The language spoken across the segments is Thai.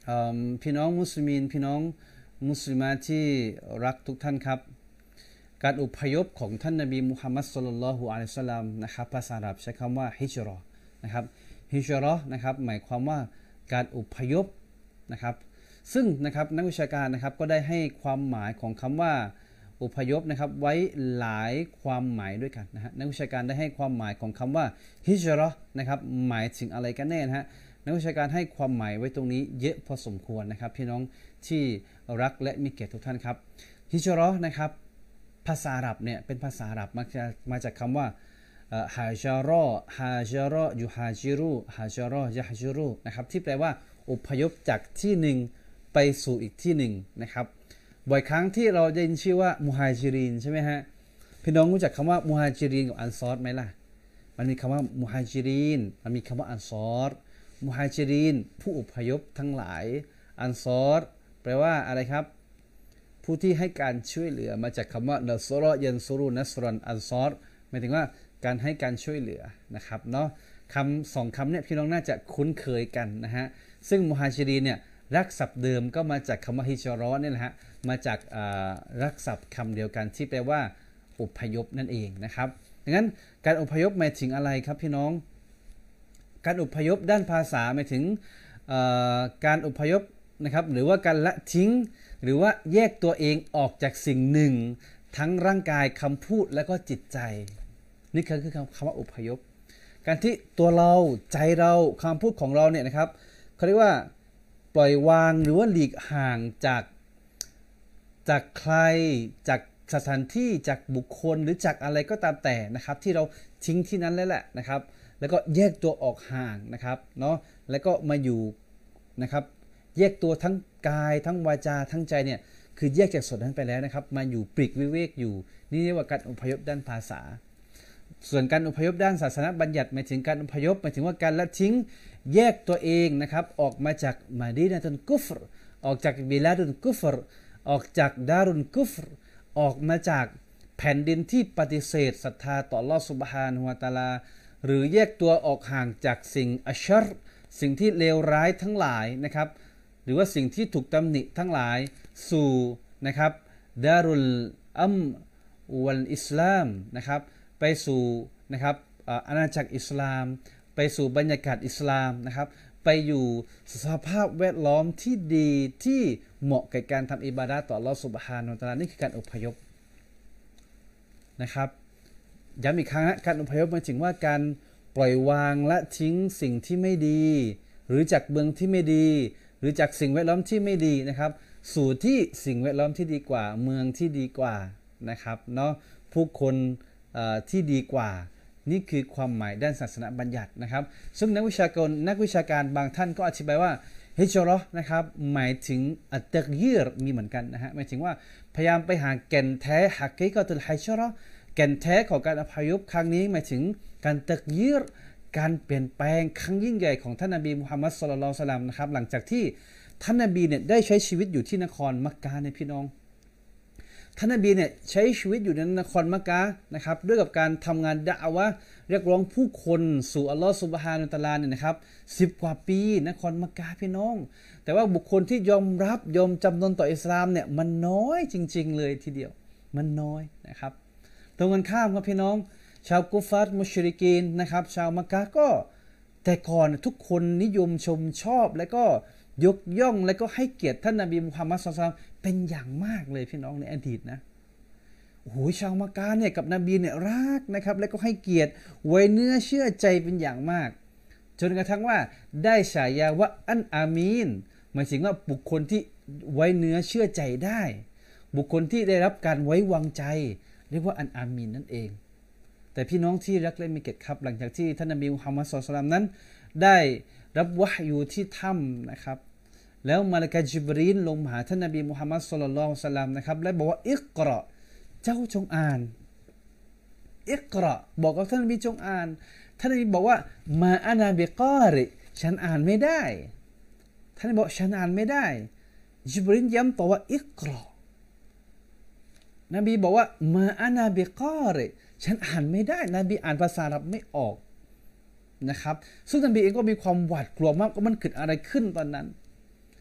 พี่น้องมุสลิมพี่น้องมุสลิมาที่รักทุกท่านครับการอพยพของท่านนบีมุฮัมมัดศ็อลลัลลอฮุอะลัยฮิวะซัลลัมนะครับภาษาอาหรับใช้คำว่าฮิจเราะห์นะครับฮิจเราะห์นะครับหมายความว่าการอพยพนะครับซึ่งนะครับนักวิชาการนะครับก็ได้ให้ความหมายของคำว่าอพยพนะครับไว้หลายความหมายด้วยกันนะฮะนักวิชาการได้ให้ความหมายของคำว่าฮิจเราะห์นะครับหมายถึงอะไรกันแน่นะฮะนักวิชาการให้ความหมายไว้ตรงนี้เยอะพอสมควรนะครับพี่น้องที่รักและมีเกียรติทุกท่านครับฮิจเราะห์นะครับภาษาอาหรับเนี่ยเป็นภาษาอาหรับมาจากคำว่าฮาจาระยูฮาจิรุฮาจาระยะฮจิรุนะครับที่แปลว่าอพยพจากที่หนึ่งไปสู่อีกที่หนึ่งนะครับบ่อยครั้งที่เราได้ยินชื่อว่ามุฮาจิรินใช่ไหมฮะพี่น้องรู้จักคำว่ามุฮาจิรินกับอันซอรไหมล่ะมันมีคำว่ามุฮาจิรินมันมีคำว่าอันซอรมุฮาจิรินผู้อพยพทั้งหลายอันซอรแปลว่าอะไรครับผู้ที่ให้การช่วยเหลือมาจากคำว่านัสรอยันซุรุนัสรันอันซอรหมายถึงว่าการให้การช่วยเหลือนะครับเนาะคำสองคำเนี่ยพี่น้องน่าจะคุ้นเคยกันนะฮะซึ่งมุฮาจิรินเนี่ยรักศัพท์เดิมก็มาจากคำว่าฮิจเราะห์นี่แหละฮะมาจากรักศัพท์คำเดียวกันที่แปลว่าอพยพนั่นเองนะครับดังนั้นการอพยพหมายถึงอะไรครับพี่น้องการอพยพด้านภาษาหมายถึงการอพยพนะครับหรือว่าการละทิ้งหรือว่าแยกตัวเองออกจากสิ่งหนึ่งทั้งร่างกายคำพูดและก็จิตใจนี่คือคำว่าอพยพการที่ตัวเราใจเราคำพูดของเราเนี่ยนะครับเขาเรียกว่าปล่อยวางหรือว่าหลีกห่างจากใครจากสถานที่จากบุคคลหรือจากอะไรก็ตามแต่นะครับที่เราทิ้งที่นั้นแล้วแหละนะครับแล้วก็แยกตัวออกห่างนะครับเนาะแล้วก็มาอยู่นะครับแยกตัวทั้งกายทั้งวาจาทั้งใจเนี่ยคือแยกจากส่วนนั้นไปแล้วนะครับมาอยู่ปลีกวิเวกอยู่นี่เรียกว่าการอพยพด้านภาษาส่วนการอพยพด้านศาสนาบัญญัติหมายถึงการอพยพหมายถึงว่าการละทิ้งแยกตัวเองนะครับออกมาจากมาดีนะตุนกุฟรออกจากบิลาดุนกุฟรออกจากดารุนกุฟรออกมาจากแผ่นดินที่ปฏิเสธศรัทธาต่ออัลเลาะห์ซุบฮานะฮูวะตะอาลาหรือแยกตัวออกห่างจากสิ่งอัชชัรสิ่งที่เลวร้ายทั้งหลายนะครับหรือว่าสิ่งที่ถูกตำหนิทั้งหลายสู่นะครับดารุลอัมวัลอิสลามนะครับไปสู่นะครับอาณาจักรอิสลามไปสู่บรรยากาศอิสลามนะครับไปอยู่สภาพแวดล้อมที่ดีที่เหมาะกับการทำอิบาดะห์ต่ออัลเลาะห์ซุบฮานะฮูวะตะอาลานี่คือการอพยพนะครับย้ำอีกครั้งการอพยพหมายถึงว่าการปล่อยวางละทิ้งสิ่งที่ไม่ดีหรือจากเมืองที่ไม่ดีหรือจากสิ่งแวดล้อมที่ไม่ดีนะครับสู่ที่สิ่งแวดล้อมที่ดีกว่าเมืองที่ดีกว่านะครับเนาะผู้คนที่ดีกว่านี่คือความหมายด้านศาสนาบัญญัตินะครับซึ่งนักวิชาการบางท่านก็อธิบายว่าฮิจเราะห์นะครับหมายถึงอัตตักยีรมีเหมือนกันนะฮะหมายถึงว่าพยายามไปหาแก่นแท้ฮักกีกะตุลฮิจเราะห์แก่นแท้ของการอพยพครั้งนี้หมายถึงการตักยีรการเปลี่ยนแปลงครั้งยิ่งใหญ่ของท่านนบีมุฮัมมัดศ็อลลัลลอฮุอะลัยฮิวะซัลลัมนะครับหลังจากที่ท่านนบีเนี่ยได้ใช้ชีวิตอยู่ที่นครมักกะฮ์ในพี่น้องท่านนบีเนี่ยใช้ชีวิตอยู่ในนครมักกะฮ์นะครับด้วยกับการทำงานดะอ์วะห์เรียกร้องผู้คนสู่อัลลอฮฺซุบฮานะฮูวะตะอาลาเนี่ยนะครับ10 กว่าปีนครมักกะฮ์พี่น้องแต่ว่าบุคคลที่ยอมจำนนต่ออิสลามเนี่ยมันน้อยจริงๆเลยทีเดียวมันน้อยนะครับตรงกันข้ามครับพี่น้องชาวกุฟาร์มุชริกีนนะครับชาวมักกะฮ์ก็แต่ก่อนทุกคนนิยมชมชอบและก็ยกย่องและก็ให้เกียรติท่านนบีมุฮัมมัดศ็อลลัลลอฮุอะลัยฮิวะซัลลัมเป็นอย่างมากเลยพี่น้องในอดีตนะโอ้โหชาวมักกะฮ์เนี่ยกับนบีเนี่ยรักนะครับและก็ให้เกียรติไว้เนื้อเชื่อใจเป็นอย่างมากจนกระทั่งว่าได้ฉายาว่าอันอามีนหมายถึงว่าบุคคลที่ไว้เนื้อเชื่อใจได้บุคคลที่ได้รับการไว้วางใจเรียกว่าอันอามีนนั่นเองแต่พี่น้องที่รักและมีเกียรติครับหลังจากที่ท่านนบีมุฮัมมัดศ็อลลัลลอฮุอะลัยฮิวะซัลลัมนั้นได้รับวะฮยูที่ถ้ำนะครับแล้วมาลาอิกะฮ์ญิบรีลลงมาหาท่านนบีมุฮัมมัดศ็อลลัลลอฮุอะลัยฮิวะซัลลัมนะครับและบอกว่าอิกเราะห์เจ้าจงอ่านอิกเราะห์บอกกับท่านนบีจงอ่านท่านนบีบอกว่ามาอานาบิกอริฉันอ่านไม่ได้ท่านนบีบอกฉันอ่านไม่ได้ญิบรีลย้ำต่อว่าอิกเราะห์นบีบอกว่ามาอานาบิกอริฉันอ่านไม่ได้นบีอ่านภาษาอาหรับไม่ออกนะครับซึ่งนบีเองก็มีความหวาดกลัวมากว่ามันเกิดอะไรขึ้นตอนนั้น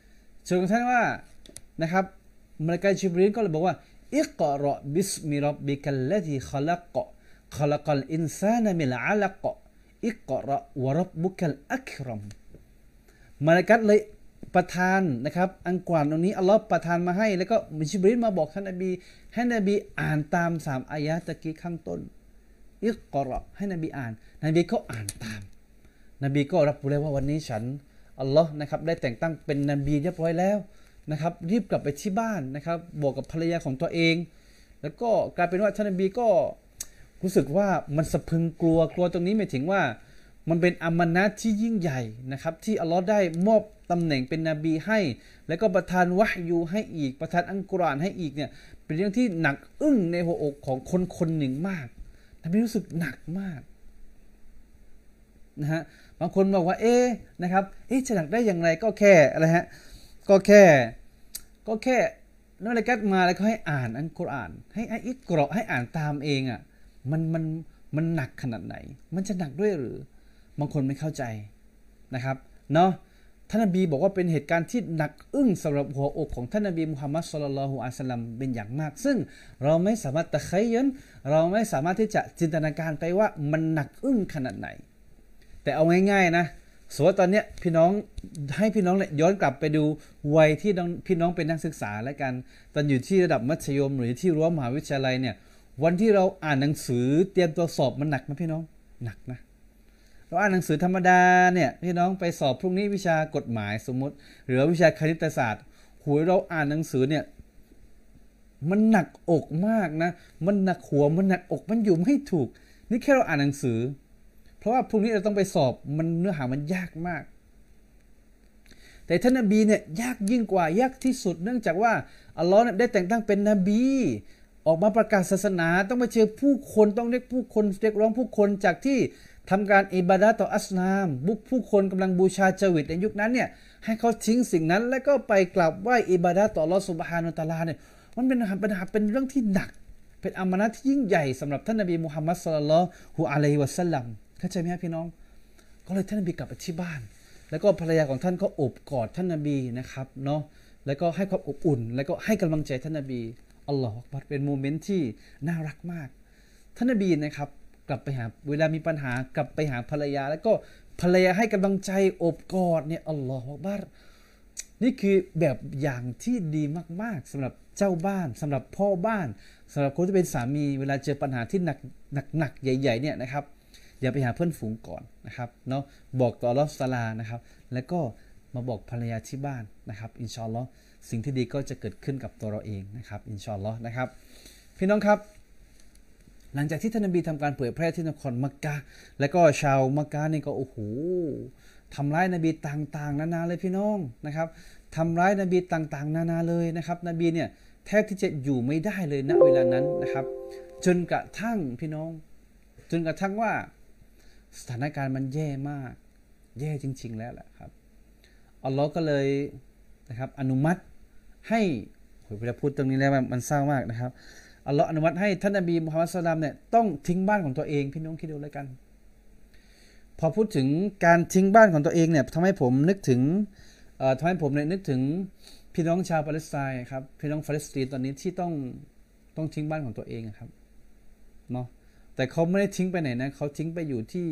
จนกระทั่งว่านะครับมลาอิกะฮ์ญิบรีลก็เลยบอกว่าอิกเราะบิสมิร็อบบิกัลลซีคอลักขลักัลอินซานมินอะลักอิกเราะวะร็อบบุกัลอักรัมมลาอิกะฮ์เลยประทานนะครับอัลกุรอานตรงนี้อัลลอฮ์ประทานมาให้แล้วก็ญิบรีลมาบอกท่านนบีให้นบีอ่านตาม3อายะห์ตะกี้ข้างต้นอิกเราะให้นบีอ่านนบีก็อ่านตามนบีก็รับรู้แล้วว่าวันนี้ฉันอัลลอฮ์นะครับได้แต่งตั้งเป็นนบีเรียบร้อยแล้วนะครับรีบกลับไปที่บ้านนะครับบอกกับภรรยาของตัวเองแล้วก็กลายเป็นว่าท่านนบีก็รู้สึกว่ามันสะพรึงกลัวตรงนี้หมายถึงว่ามันเป็นอามานะห์ที่ยิ่งใหญ่นะครับที่อัลลอฮ์ได้มอบตำแหน่งเป็นนบีให้แล้วก็ประทานวะฮยูให้อีกประทานอัลกุรอานให้อีกเนี่ยเป็นเรื่องที่หนักอึ้งในหัวอกของคนหนึ่งมากนบีรู้สึกหนักมากนะฮะบางคนบอกว่านะครับจะหนักได้อย่างไรก็แค่อะไรฮะก็แค่นั่นแหละกัดมาแล้วก็ให้อ่านอัลกุรอานให้อิกเราะห์ให้อ่านตามเองอ่ะมันหนักขนาดไหนมันจะหนักด้วยหรือบางคนไม่เข้าใจนะครับเนาะท่านนบีบอกว่าเป็นเหตุการณ์ที่หนักอึ้งสำหรับหัวอกของท่านนบีมุฮัมมัดศ็อลลัลลอฮุอะลัยฮิวะซัลลัมเป็นอย่างมากซึ่งเราไม่สามารถตะไคยันเราไม่สามารถที่จะจินตนาการไปว่ามันหนักอึ้งขนาดไหนแต่เอาง่ายๆนะสมมติตอนนี้พี่น้องให้พี่น้องย้อนกลับไปดูวัยที่พี่น้องเป็นนักศึกษาแล้วกันตอนอยู่ที่ระดับมัธยมหรือที่รั้วมหาวิทยาลัยเนี่ยวันที่เราอ่านหนังสือเตรียมตัวสอบมันหนักไหมพี่น้องหนักนะเราอ่านหนังสือธรรมดาเนี่ยพี่น้องไปสอบพรุ่งนี้วิชากฎหมายสมมติหรือวิชาคณิตศาสตร์เราอ่านหนังสือเนี่ยมันหนักอกมากนะมันหนักหัวมันหนักอกมันอยู่ไม่ถูกนี่แค่เราอ่านหนังสือเพราะว่าพรุ่งนี้เราต้องไปสอบมันเนื้อหามันยากมากแต่ท่านนบีเนี่ยยากยิ่งกว่ายากที่สุดเนื่องจากว่าอัลลอฮ์ได้แต่งตั้งเป็นนบีออกมาประกาศศาสนาต้องมาเจอผู้คนต้องเรียกผู้คนเรียกร้องผู้คนจากที่ทำการอิบาดะห์ต่ออัสนามผู้คนกำลังบูชาจวิตในยุคนั้นเนี่ยให้เขาทิ้งสิ่งนั้นแล้วก็ไปกราบไหว้อิบาดะห์ต่ออัลเลาะห์ซุบฮานะฮูวะตะอาลาเนี่ยมันเป็นปัญหาเป็นเรื่องที่หนักเป็นอามานะห์ที่ยิ่งใหญ่สำหรับท่านนบีมุฮัมมัดศ็อลลัลลอฮุอะลัยฮิวะซัลลัมเข้าใจไหมครับพี่น้องก็เลยท่านนบีกลับไปที่บ้านแล้วก็ภรรยาของท่านก็โอบกอดท่านนบีนะครับเนาะแล้วก็ให้ความอบอุ่นแล้วก็ให้กำลังใจท่านนบีอัลลอฮฺอักบัรเป็นโมเมนต์ที่น่ารักมากท่านนบีนะครับกลับไปหาเวลามีปัญหากลับไปหาภรรยาแล้วก็ภรรยาให้กำลังใจโอบกอดเนี่ยอัลลอฮฺอักบัรนี่คือแบบอย่างที่ดีมากๆสำหรับเจ้าบ้านสำหรับพ่อบ้านสำหรับคนที่เป็นสามีเวลาเจอปัญหาที่หนักใหญ่ๆเนี่ยนะครับอย่าไปหาเพื่อนฝูงก่อนนะครับเนาะบอกต่ออัลเลาะห์ตะอาลานะครับแล้วก็มาบอกภรรยาที่บ้านนะครับอินชาอัลลอฮ์สิ่งที่ดีก็จะเกิดขึ้นกับตัวเราเองนะครับอินชาอัลลอฮ์นะครับพี่น้องครับหลังจากที่ท่านนบีทำการเผยแพร่ที่นครมักกะห์แล้วก็ชาวมักกะห์นี่ก็โอ้โหทำร้ายนบีต่างๆนานาเลยพี่น้องนะครับทำร้ายนบีต่างๆนานาเลยนะครับนบีเนี่ยแทบที่จะอยู่ไม่ได้เลยณเวลานั้นนะครับจนกระทั่งพี่น้องจนกระทั่งว่าสถานการณ์มันแย่มากแย่จริงๆแล้วแหละครับอัลลอฮ์ก็เลยนะครับอนุมัติให้เวลาพูดตรงนี้แล้วมันเศร้ามากนะครับอัลลอฮ์อนุมัติให้ท่านนบีมุฮัมมัดศ็อลลัลลอฮุอะลัยฮิวะซัลลัมเนี่ยต้องทิ้งบ้านของตัวเองพี่น้องคิดดูแล้วกันพอพูดถึงการทิ้งบ้านของตัวเองเนี่ยทำให้ผมนึกถึงนึกถึงพี่น้องชาวปาเลสไตน์ครับพี่น้องปาเลสไตน์ตอนนี้ที่ต้องทิ้งบ้านของตัวเองครับเนาะแต่เขาไม่ได้ทิ้งไปไหนนะเขาทิ้งไปอยู่ที่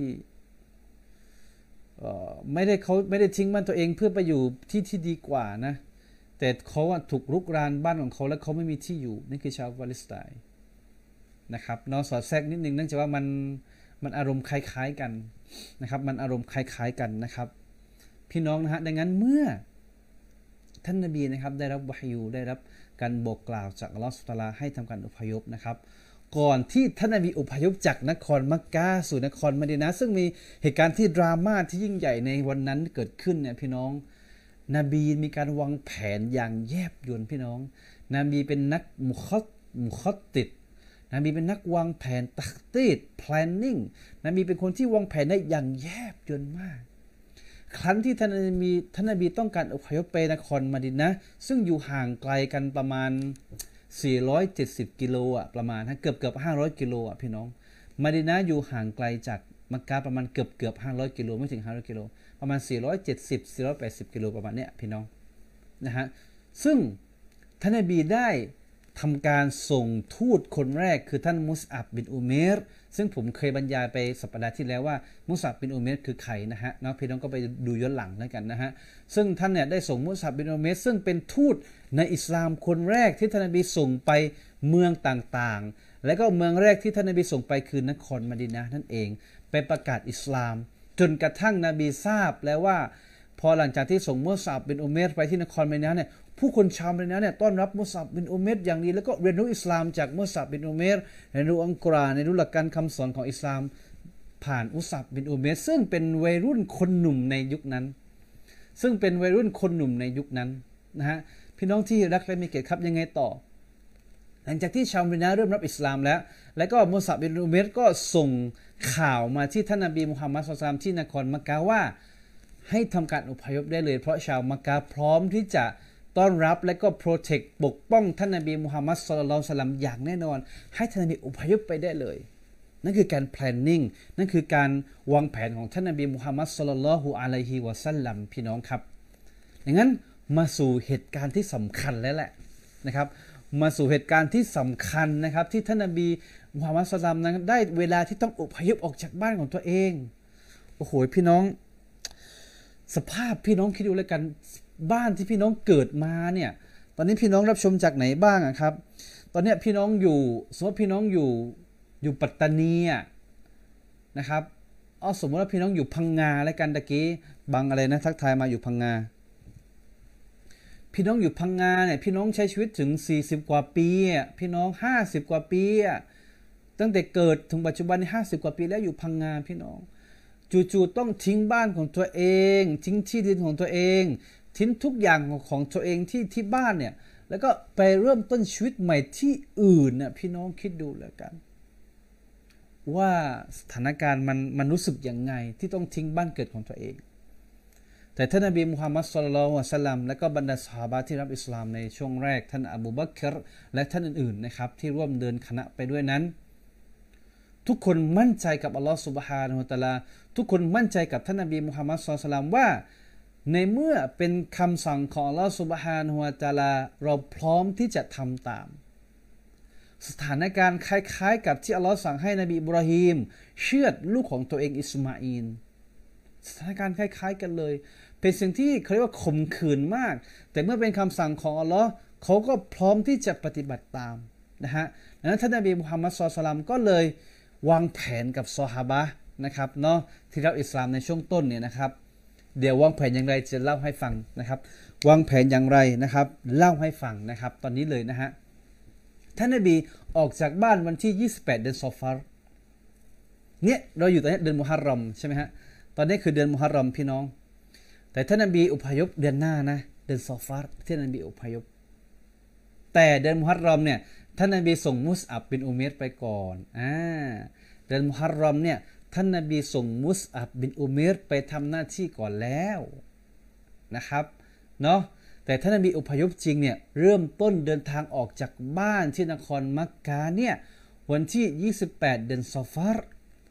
ไม่ได้ทิ้งบ้านตัวเองเพื่อไปอยู่ที่ดีกว่านะแต่เขาถูกรุกรานบ้านของเขาแล้วเขาไม่มีที่อยู่นี่คือชาวปาเลสไตน์นะครับเนาะสอดแทรกนิดนึงเนื่องจากว่ามันอารมณ์คล้ายๆกันนะครับมันอารมณ์คล้ายๆกันนะครับพี่น้องนะฮะดังนั้นเมื่อท่านนบีนะครับได้รับวะฮยูได้รับการบอกกล่าวจากอัลเลาะห์ซุบฮานะฮูวะตะอาลาให้ทำการอพยพนะครับก่อนที่ท่านนบีอพยพจากนครมักกะห์สู่นครมะดีนะห์ซึ่งมีเหตุการณ์ที่ดราม่าที่ยิ่งใหญ่ในวันนั้นเกิดขึ้นเนี่ยพี่น้องนบีมีการวางแผนอย่างแยบยลพี่น้องนบีเป็นนักมุคัตติดนบีเป็นนักวางแผนตักตีด planning นบีเป็นคนที่วางแผนได้อย่างแยบยลมากครั้งที่ท่านนบีต้องการอพยพไปนครมะดีนะห์ซึ่งอยู่ห่างไกลกันประมาณ470กิโลอ่ะประมาณเกือบ500กิโลอ่ะพี่น้องมะดีนะห์อยู่ห่างไกลจากมักกะห์ประมาณเกือบ500กิโลไม่ถึง500กิโลประมาณ470 480กิโลประมาณเนี้ยพี่น้องนะฮะซึ่งท่านนบีได้ทำการส่งทูตคนแรกคือท่านมุสอับบินอุเมรซึ่งผมเคยบรรยายไปสัปดาห์ที่แล้วว่ามุสอับบินอุเมรคือใครนะฮะพี่น้องก็ไปดูย้อนหลังแล้วกันนะฮะซึ่งท่านเนี่ยได้ส่งมุสอับบินอุเมรซึ่งเป็นทูตในอิสลามคนแรกที่ท่านนบีส่งไปเมืองต่างๆและก็เมืองแรกที่ท่านนบีส่งไปคือนครมะดีนะห์นั่นเองไปประกาศอิสลามจนกระทั่งนบีทราบแล้วว่าพอหลังจากที่ส่งมุสอับบินอุเมรไปที่นครมะดีนะห์เนี่ยผู้คนชาวมะดีนะห์เนี่ยต้อนรับมุสอับบินอุเมรอย่างดีแล้วก็เรียนรู้อิสลามจากมุสอับบินอุเมรเรียนรู้อัลกุรอานเรียนรู้หลักการคำสอนของอิสลามผ่านมุสอับบินอุเมรซึ่งเป็นวัยรุ่นคนหนุ่มในยุคนั้นนะฮะพี่น้องที่รักและมีเกียรติครับยังไงต่อหลังจากที่ชาวมะดีนะห์เริ่มรับอิสลามแล้วก็มุสอับบินอุเมรก็ส่งข่าวมาที่ท่านนบีมุฮัมมัดศ็อลลัลลอฮุอะลัยฮิวะซัลลัมที่นครมักกะฮ์ว่าให้ทำการอพยพได้เลยเพราะชาวมักกะฮ์พร้อมที่จะต้อนรับและก็โปรเทคปกป้องท่านนบีมุฮัมมัดศ็อลลัลลอฮุอะลัยฮิวะซัลลัมอย่างแน่นอนให้ท่านนบีอพยพไปได้เลยนั่นคือการ planning นั่นคือการวางแผนของท่านนบีมุฮัมมัดศ็อลลัลลอฮุอะลัยฮิวะซัลลัมพี่น้องครับอย่างนั้นมาสู่เหตุการณ์ที่สำคัญแล้วแหละนะครับมาสู่เหตุการณ์ที่สำคัญนะครับที่ท่านนบีมุฮัมมัดศ็อลลัลลอฮุอะลัยฮิวะซัลลัมได้เวลาที่ต้องอพยพออกจากบ้านของตัวเองโอ้โหพี่น้องสภาพพี่น้องคิดดูแล้วกันบ้านที่พี่น้องเกิดมาเนี่ยตอนนี้พี่น้องรับชมจากไหนบ้างครับตอนนี้พี่น้องอยู่สมมติพี่น้องอยู่ปัตตานีนะครับสมมติว่าพี่น้องอยู่พังงาแล้วกันตะกี้บางอะไรนะทักทายมาอยู่พังงาพี่น้องอยู่พังงาเนี่ยพี่น้องใช้ชีวิตถึง40กว่าปีพี่น้อง50กว่าปีตั้งแต่เกิดถึงปัจจุบันนี้50กว่าปีแล้วอยู่พังงาพี่น้องจู่ๆต้องทิ้งบ้านของตัวเองทิ้งที่ดินของตัวเองทิ้งทุกอย่างของตัวเองที่บ้านเนี่ยแล้วก็ไปเริ่มต้นชีวิตใหม่ที่อื่นน่ะพี่น้องคิดดูแล้วกันว่าสถานการณ์มันรู้สึกยังไงที่ต้องทิ้งบ้านเกิดของตัวเองแต่ท่านนบีมุฮัมมัดศ็อลลัลลอฮุอะลัยฮิวะซัลลัมและก็บรรดาซอฮาบะห์ที่รับอิสลามในช่วงแรกท่านอบูบักรและท่านอื่นๆนะครับที่ร่วมเดินคณะไปด้วยนั้นทุกคนมั่นใจกับอัลลอฮฺซุบฮานะฮูวะตะอาลาทุกคนมั่นใจกับท่านนบีมุฮัมมัดศ็อลลัลลอฮุอะลัยฮิวะซัลลัมว่าในเมื่อเป็นคำสั่งของอัลลอฮฺซุบฮานะฮูวะตะอาลาเราพร้อมที่จะทำตามสถานการณ์คล้ายๆกับที่อัลลอฮฺสั่งให้นบีอิบราฮีมเชือดลูกของตัวเองอิสมาอีลสถานการณ์คล้ายๆกันเลยเป็นสิ่งที่เขาเรียกว่าข่มขืนมากแต่เมื่อเป็นคำสั่งของอัลลอฮ์เขาก็พร้อมที่จะปฏิบัติตามนะฮะดังนั้นท่านนบีมุฮัมมัดศ็อลลัลลอฮุอะลัยฮิวะซัลลัมก็เลยวางแผนกับซอฮาบะห์นะครับเนาะที่รับอิสลามในช่วงต้นเนี่ยนะครับเดี๋ยววางแผนอย่างไรจะเล่าให้ฟังนะครับวางแผนอย่างไรนะครับเล่าให้ฟังนะครับตอนนี้เลยนะฮะท่านนบีออกจากบ้านวันที่28เดือนซอฟาร์เนี่ยเราอยู่ตอนนี้เดือนมุฮัรรอมใช่ไหมฮะตอนนี้คือเดือนมุฮัรรอมพี่น้องแต่ท่านนบีอพยพเดือนหน้านะเดือนซอฟาร์ที่ท่านนบีอพยพแต่เดือนมุฮัรรอมเนี่ยท่านนบีส่งมุสอับบินอุเมรไปก่อนเดือนมุฮัรรอมเนี่ยท่านนบีส่งมุสอับบินอุเมรไปทำหน้าที่ก่อนแล้วนะครับเนาะแต่ท่านนบีอพยพจริงเนี่ยเริ่มต้นเดินทางออกจากบ้านที่นครมักกะเนี่ยวันที่28เดือนซอฟาร์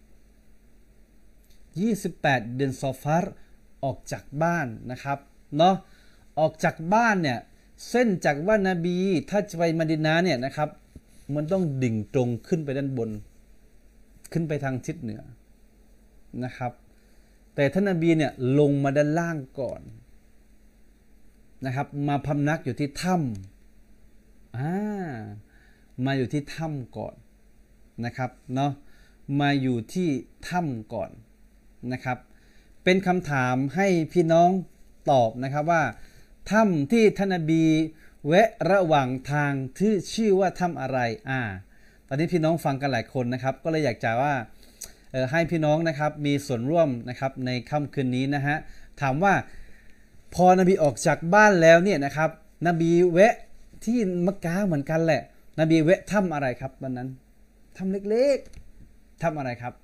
28เดือนซอฟาร์ออกจากบ้านนะครับเนาะออกจากบ้านเนี่ยเส้นจากว่านบีถ้าจะไปมะดีนะห์เนี่ยนะครับมันต้องดิ่งตรงขึ้นไปด้านบนขึ้นไปทางทิศเหนือนะครับแต่ท่านนบีเนี่ยลงมาด้านล่างก่อนนะครับมาพำนักอยู่ที่ถ้ำมาอยู่ที่ถ้ำก่อนนะครับเนาะมาอยู่ที่ถ้ำก่อนนะครับเป็นคำถามให้พี่น้องตอบนะครับว่าถ้ำที่ท่านนบีแวะระหว่างทางที่ชื่อว่าถ้ำอะไรตอนนี้พี่น้องฟังกันหลายคนนะครับก็เลยอยากจะว่าให้พี่น้องนะครับมีส่วนร่วมนะครับในค่ำคืนนี้นะฮะถามว่าพอนบีออกจากบ้านแล้วเนี่ยนะครับนบีแวะที่มักกะเหมือนกันแหละนบีแวะถ้ำอะไรครับวันนั้นถ้ำเล็กๆถ้ำอะไรครับ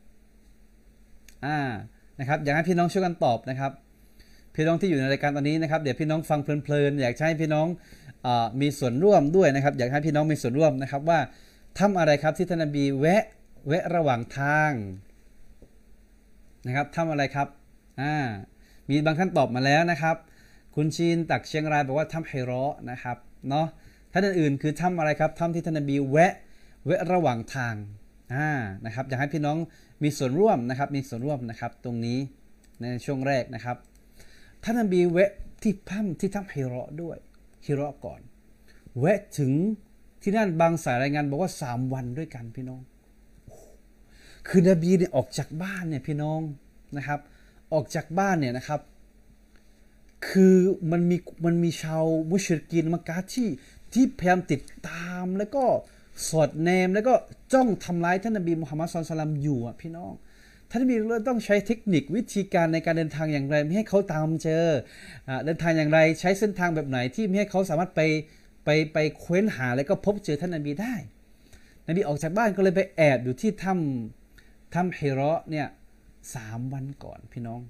นะครับอยากให้พี่น้องช่วยกันตอบนะครับพี่น้องที่อยู่ในรายการตอนนี้นะครับเดี๋ยวพี่น้องฟังเพลินๆอยากให้พี่น้องมีส่วนร่วมด้วยนะครับอยากให้พี่น้องมีส่วนร่วมนะครับว่าถ้ำอะไรครับที่ท่านนบีแวะระหว่างทางนะครับถ้ำอะไรครับมีบางท่านตอบมาแล้วนะครับคุณชีนตักเชียงรายบอกว่าถ้ำฮิเราะห์นะครับเนาะท่านอื่นๆคือถ้ำอะไรครับถ้ำที่ท่านนบีแวะระหว่างทางนะครับอยากให้พี่น้องมีส่วนร่วมนะครับมีส่วนร่วมนะครับตรงนี้ในช่วงแรกนะครับท่านนบีแวะที่ถ้ำฮิเราะห์ด้วยฮิเราะห์ก่อนแวะถึงที่นั่นบางสายรายงานบอกว่า3 วันด้วยกันพี่น้องคือนบีเนี่ยออกจากบ้านเนี่ยพี่น้องนะครับออกจากบ้านเนี่ยนะครับคือมันมีชาวมุชริกีนมักกะฮ์ที่พยายามติดตามแล้วก็สอดแนมแล้วก็จ้องทำร้ายท่านนบีมุฮัมมัดศ็อลลัลลอฮุอะลัยฮิวะซัลลัมอยู่อ่ะพี่น้องท่านนบีเราต้องใช้เทคนิควิธีการในการเดินทางอย่างไรไม่ให้เขาตามเจอเดินทางอย่างไรใช้เส้นทางแบบไหนที่ไม่ให้เขาสามารถไปเค้นหาแล้วก็พบเจอท่านนบีได้นบีออกจากบ้านก็เลยไปแอบอยู่ที่ถ้ำฮิเราะห์เนี่ย3 วันก่อนพี่น้อง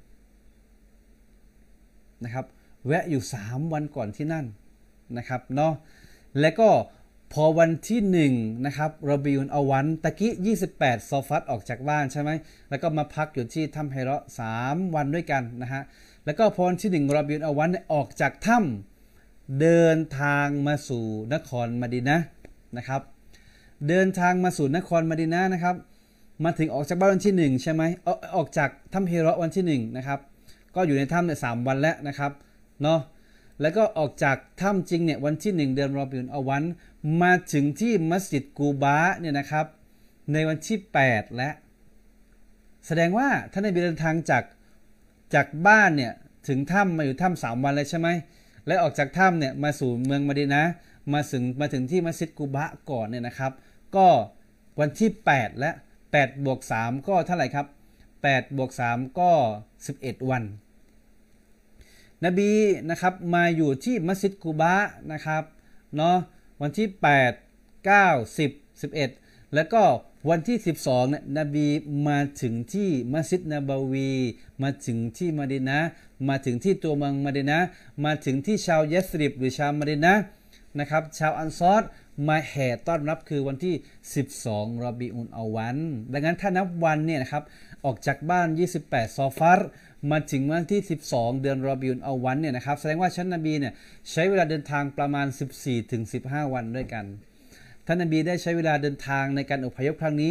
นะครับแวะอยู่3 วันก่อนที่นั่นนะครับเนาะแล้วก็พอวันที่1นะครับรอบีอุลอาวัลตะกี้28ซอฟัตออกจากบ้านใช่ไหมแล้วก็มาพักอยู่ที่ถ้ำฮิเราะห์3 วันด้วยกันนะฮะแล้วก็พอวันที่1รอบีอุลอาวัลออกจากถ้ำเดินทางมาสู่นครมะดีนะห์นะครับเดินทางมาสู่นครมะดีนะห์นะครับมาถึงออกจากบ้านวันที่1ใช่ไหมออกจากถ้ำฮิเราะห์วันที่1นะครับก็อยู่ในถ้ำเนี่ย3 วันแล้วนะครับเนาะแล้วก็ออกจากถ้ำจริงเนี่ยวันที่1เดือนรอบิอุลอาวัลมาถึงที่มัสยิดกูบาเนี่ยนะครับในวันที่8และแสดงว่าท่านนบีเดินทางจากบ้านเนี่ยถึงถ้ำมาอยู่ถ้ำ3 วันเลยใช่ไหมและออกจากถ้ำเนี่ยมาสู่เมืองมะดีนะห์มาถึงที่มัสยิดกูบาก่อนเนี่ยนะครับก็วันที่8และ8บวก3ก็เท่าไหร่ครับ8บวก3ก็11 วันนบีนะครับมาอยู่ที่มัสยิดกูบานะครับเนาะวันที่8 9 10 11แล้วก็วันที่12เนี่ยนบีมาถึงที่มัสยิดนบวีมาถึงที่มะดีนะห์มาถึงที่ตัวเมืองมะดีนะห์มาถึงที่ชาวยะสริบหรือชาวมะดีนะห์นะครับชาวอันซอรมาแห่ต้อนรับคือวันที่12รอบีอุลอาวัลดังนั้นถ้านับวันเนี่ยนะครับออกจากบ้าน28ซอฟัรมาถึงวันที่12เดือนรอบิอุลอาวัลเนี่ยนะครับแสดงว่าท่านนบีเนี่ยใช้เวลาเดินทางประมาณ14-15 วันด้วยกันท่านนบีได้ใช้เวลาเดินทางในการอพยพครั้งนี้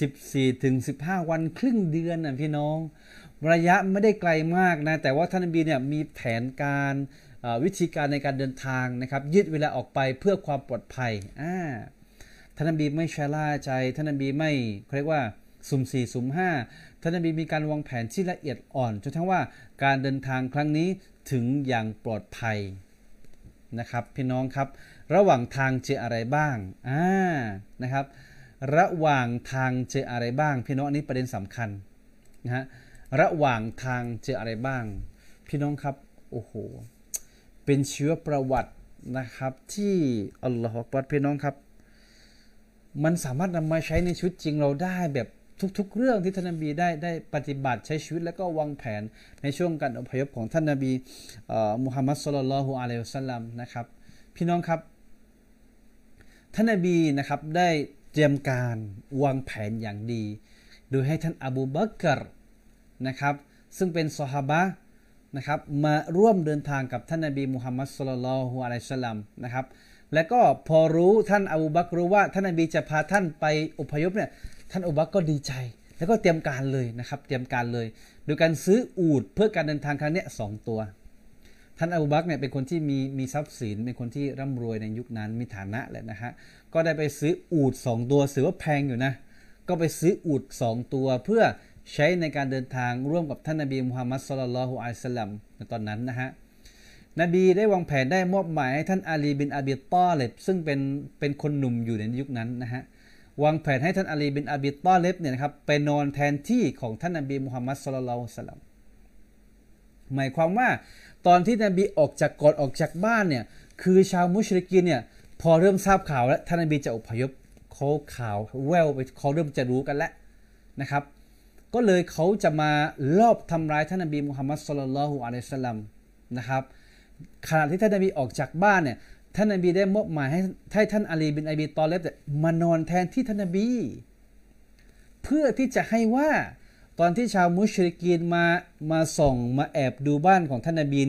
14-15 วันครึ่งเดือนนะพี่น้องระยะไม่ได้ไกลมากนะแต่ว่าท่านนบีเนี่ยมีแผนการวิธีการในการเดินทางนะครับยืดเวลาออกไปเพื่อความปลอดภัยท่านนบีไม่ชะล่าใจท่านนบีไม่เรียกว่าสุ่ม4สุ่ม5ท่านนบีมีการวางแผนที่ละเอียดอ่อนจนทั้งว่าการเดินทางครั้งนี้ถึงอย่างปลอดภัยนะครับพี่น้องครับระหว่างทางเจออะไรบ้างนะครับระหว่างทางเจออะไรบ้างพี่น้องอันนี้ประเด็นสำคัญนะฮะระหว่างทางเจออะไรบ้างพี่น้องครับโอ้โหเป็นเชื้อประวัตินะครับที่อัลลอฮฺอักบัรพี่น้องครับมันสามารถนำมาใช้ในชีวิตจริงเราได้แบบทุกๆเรื่องที่ท่านนบีได้ปฏิบัติใช้ชีวิตแล้วก็วางแผนในช่วงการอพยพของท่านนบีมุฮัมมัดศ็อลลัลลอฮุอะลัยฮิวะซัลลัมนะครับพี่น้องครับท่านนบีนะครับได้เตรียมการวางแผนอย่างดีโดยให้ท่านอบูบักรนะครับซึ่งเป็นซอฮาบะห์นะครับมาร่วมเดินทางกับท่านนบีมุฮัมมัดศ็อลลัลลอฮุอะลัยฮิวะซัลลัมนะครับแล้วก็พอรู้ท่านอบูบักรรู้ว่าท่านนบีจะพาท่านไปอพยพเนี่ยท่านอบูบักรก็ดีใจแล้วก็เตรียมการเลยนะครับเตรียมการเลยโดยการซื้ออูฐเพื่อการเดินทางครั้งนี้2 ตัวท่านอบูบักรเนี่ยเป็นคนที่มีทรัพย์สินเป็นคนที่ร่ำรวยในยุคนั้นมีฐานะแหละนะฮะก็ได้ไปซื้ออูฐ2 ตัวถือว่าแพงอยู่นะก็ไปซื้ออูฐ2 ตัวเพื่อใช้ในการเดินทางร่วมกับท่านนบีมุฮัมมัดศ็อลลัลลอฮุอะลัยฮิวะซัลลัมในตอนนั้นนะฮะนบีได้วางแผนได้มอบหมายให้ท่านอาลีบินอบีฏอลิบซึ่งเป็นคนหนุ่มอยู่ในยุคนั้นนะฮะวางแผนให้ท่านอาลีบินอบีฏอลิบเนี่ยนะครับไปนอนแทนที่ของท่านนบีมุฮัมมัดศ็อลลัลลอฮุอะลัยฮิวะซัลลัมหมายความว่าตอนที่นบีออกจากบ้านเนี่ยคือชาวมุชริกีนเนี่ยพอเริ่มทราบข่าวแล้วท่านนบีจะอพยพเขาข่าวแววไปเขาเริ่มจะรู้กันแล้วนะครับก็เลยเขาจะมาลอบทำร้ายท่านนบีมุฮัมมัดศ็อลลัลลอฮุอะลัยฮิวะซัลลัมนะครับขณะที่ท่านนบีออกจากบ้านเนี่ยท่านนบีได้มอบหมายให้ท่านอาลีบินอบีฏอลิบมานอนแทนที่ท่านนบีเพื่อที่จะให้ว่าตอนที่ชาวมุชริกีนมาส่องมาแอบดูบ้านของท่านนบีเนี่ย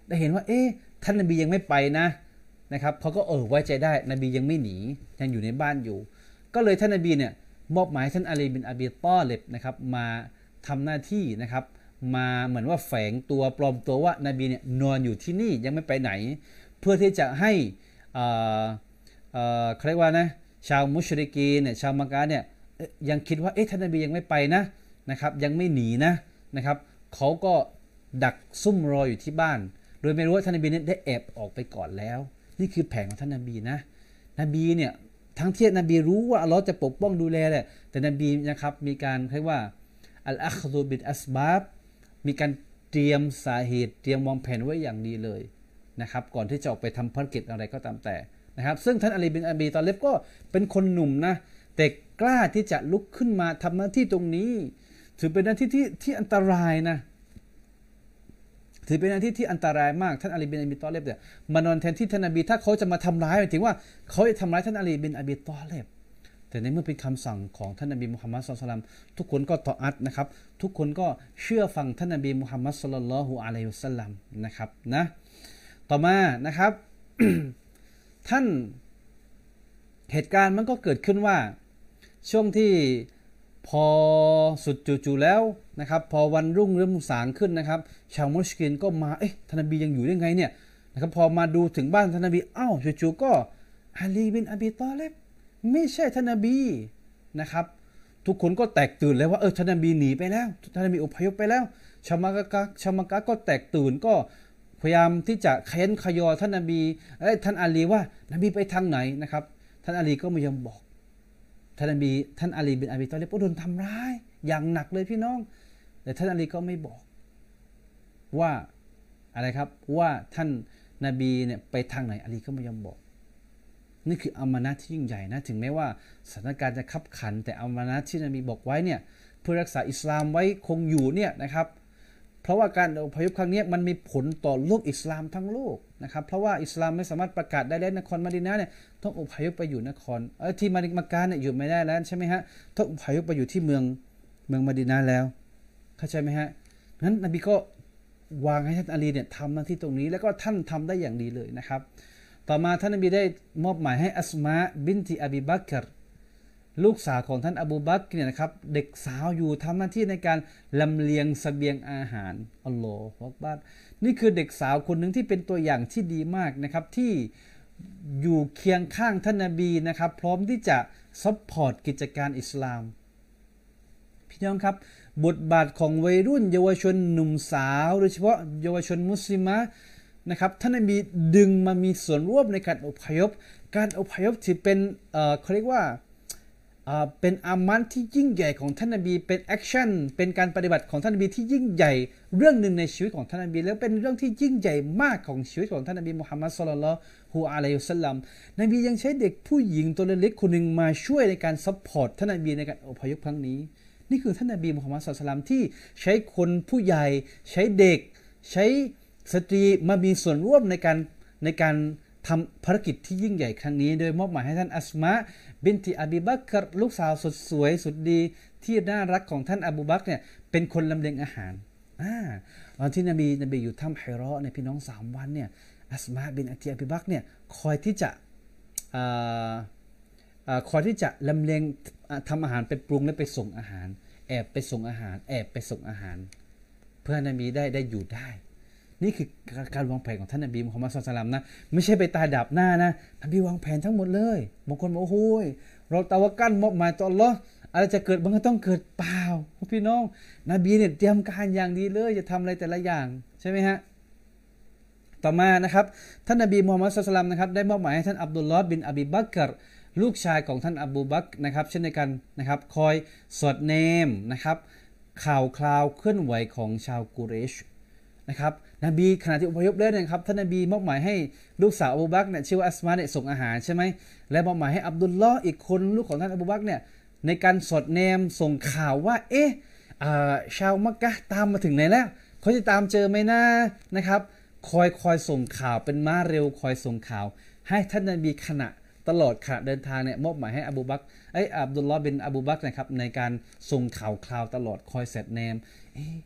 ได้เห็นว่าท่านนบียังไม่ไปนะครับเขาก็ไว้ใจได้นบียังไม่หนียังอยู่ในบ้านอยู่ก็เลยท่านนบีเนี่ยมอบหมายท่านอาลีบินอบีตอลิบนะครับมาทำหน้าที่นะครับมาเหมือนว่าแฝงตัวปลอมตัวว่านบีเนี่ยนอนอยู่ที่นี่ยังไม่ไปไหนเพื่อที่จะให้เขาเรียกว่านะชาวมุชริกีนเนี่ยชาวมักกะเนี่ยยังคิดว่าท่านนบียังไม่ไปนะครับยังไม่หนีนะครับเขาก็ดักซุ่มรออยู่ที่บ้านโดยไม่รู้ว่าท่านนบีเนี่ยได้แอบออกไปก่อนแล้วนี่คือแผนของท่านนบีนบีเนี่ยทั้งที่นบีรู้ว่าอัลเลาะห์จะปกป้องดูแลแหละแต่นบีนะครับมีการเรียกว่าอัลอัคซุบิลอัสบาบมีการเตรียมสาเหตุเตรียมวางแผนไว้อย่างดีเลยนะครับก่อนที่จะออกไปทำภารกิจอะไรก็ตามแต่นะครับซึ่งท่านอาลีบินอบีตอเลบก็เป็นคนหนุ่มนะแต่กล้าที่จะลุกขึ้นมาทำหน้าที่ตรงนี้ถือเป็นหน้าที่ที่อันตรายนะถือเป็นหน้าที่ที่อันตรายมากท่านอาลีบินอบีตอเลบเนี่ยมานอนแทนที่ท่านนบีถ้าเขาจะมาทำร้ายหมายถึงว่าเขาจะทำร้ายท่านอาลีบินอบีตอเลบแต่ในเมื่อเป็นคำสั่งของท่านนบีมุฮัมมัดศ็อลลัลลอฮุอะลัยฮิวะซัลลัมทุกคนก็ตออัตนะครับทุกคนก็เชื่อฟังท่านนบีมุฮัมมัดศ็อลลัลลอฮุอะลัยฮิวะซัลลัมนะครับนะต่อมานะครับ ท่านเหตุการณ์มันก็เกิดขึ้นว่าช่วงที่พอสุดจู่ๆแล้วนะครับพอวันรุ่งเริ่มสางขึ้นนะครับชาวมุชริกก็มาท่านนบียังอยู่ได้ไงเนี่ยนะครับพอมาดูถึงบ้านท่านนบีจู่ๆก็อาลีบินอบีตอเลบไม่ใช่ท่านนบีนะครับทุกคนก็แตกตื่นเลยว่าท่านนบีหนีไปแล้วท่านนบีอพยพไปแล้วชาวมักกะก็แตกตื่นก็พยายามที่จะเค้นขยอท่านนบีท่านอาลีว่านบีไปทางไหนนะครับท่านอาลีก็ไม่ยอมบอกท่านอาลีบินอบีตอเลบก็โดนทำร้ายอย่างหนักเลยพี่น้องแต่ท่านอาลีก็ไม่บอกว่าอะไรครับว่าท่านนบีเนี่ยไปทางไหนอาลีก็ไม่ยอมบอกนี่คืออามานะห์ที่ยิ่งใหญ่นะถึงแม้ว่าสถานการณ์จะคับขันแต่อามานะห์ที่นบีบอกไว้เนี่ยเพื่อรักษาอิสลามไว้คงอยู่เนี่ยนะครับเพราะว่าการอพยพครั้งนี้มันมีผลต่อโลกอิสลามทั้งโลกนะครับเพราะว่าอิสลามไม่สามารถประกาศได้แล้วนครมะดีนะห์เนี่ยต้องอพยพไปอยู่นครที่มักกะเนี่ยอยู่ไม่ได้แล้วใช่ไหมฮะต้องอพยพไปอยู่ที่เมืองมะดีนะห์แล้วเข้าใจไหมฮะงั้นนบีก็วางให้ท่านอาลีเนี่ยทำหน้าที่ตรงนี้แล้วก็ท่านทำได้อย่างดีเลยนะครับต่อมาท่านนบีได้มอบหมายให้อัสมาบินติอบีบักรลูกสาวของท่านอบูบักรเนี่ยนะครับเด็กสาวอยู่ทำหน้าที่ในการลำเลียงเสบียงอาหารอัลลอฮฺอักบัรนี่คือเด็กสาวคนหนึ่งที่เป็นตัวอย่างที่ดีมากนะครับที่อยู่เคียงข้างท่านนบีนะครับพร้อมที่จะซัพพอร์ตกิจการอิสลามพี่น้องครับบทบาทของวัยรุ่นเยาวชนหนุ่มสาวโดยเฉพาะเยาวชนมุสลิมะนะครับท่านนบีดึงมามีส่วนร่วมในการอพยพถือเป็นเขาเรียกว่าเป็นอามันที่ยิ่งใหญ่ของท่านนบีเป็นแอคชั่นเป็นการปฏิบัติของท่านนบีที่ยิ่งใหญ่เรื่องหนึ่งในชีวิตของท่านนบีแล้วเป็นเรื่องที่ยิ่งใหญ่มากของชีวิตของท่านนบีมุฮัมมัดศ็อลลัลลอฮุอะลัยฮิวะซัลลัมนบียังใช้เด็กผู้หญิงตัวเล็กๆคนหนึ่งมาช่วยในการซัพพอร์ตท่านนบีในการอพยพครั้งนี้นี่คือท่านนบีมุฮัมมัดศ็อลลัลลอฮุอะลัยฮิวะซัลลัมที่ใช้คนผู้ใหญ่ใช้เด็กใช้สตรีมามีส่วนร่วมในการทำภารกิจที่ยิ่งใหญ่ครั้งนี้โดยมอบหมายให้ท่านอัสมาบินติอบีบักรลูกสาวสุดสวยสุดดีที่น่ารักของท่านอบูบักรเนี่ยเป็นคนลำเลียงอาหารตอนที่นบีอยู่ถ้ำฮิเราะห์ในพี่น้อง3 วันเนี่ยอัสมาบินอบีบักรเนี่ยคอยที่จะลำเลียงทำอาหารไปปรุงและไปส่งอาหารแอบไปส่งอาหารเพื่อนบีได้อยู่ได้นี่คือการวางแผนของท่านนบีมุฮัมมัดศ็อลลัลลอฮุอะลัยฮิวะซัลลัมนะไม่ใช่ไปตายดับหน้านะนบีวางแผนทั้งหมดเลยบางคนบอกโอ้โหเราตะวักกัลมอบหมายต่ออัลเลาะห์อะไรจะเกิดมันก็ต้องเกิดเปล่าพี่น้องนบีเนี่ยเตรียมการอย่างดีเลยจะทำอะไรแต่ละอย่างใช่ไหมฮะต่อมานะครับท่านนบีมุฮัมมัดศ็อลลัลลอฮุอะลัยฮิวะซัลลัมนะครับได้มอบหมายให้ท่านอับดุลลอฮ์บินอบีบักรลูกชายของท่านอบูบักรนะครับเช่นเดียวกันนะครับคอยสอดเนมนะครับข่าวคราวเคลื่อนไหวของชาวกุเรชนะครับนบีขณะที่อพยพแล้วนะครับท่านนบีมอบหมายให้ลูกสาวอบูบักรเนี่ยชื่อว่าอัสมาเนี่ยส่งอาหารใช่ไหมและมอบหมายให้อับดุลลอฮ์อีกคนลูกของท่านอบูบักรเนี่ยในการสอดแนมส่งข่าวว่าชาวมักกะฮ์ตามมาถึงไหนแล้วเขาจะตามเจอไหมนะครับคอยส่งข่าวเป็นม้าเร็วคอยส่งข่าวให้ท่านนบีตลอดขณะเดินทางเนี่ยมอบหมายให้อับดุลลอฮ์บินอบูบักรนะครับในการส่งข่าวคราวตลอดคอยสอดแนม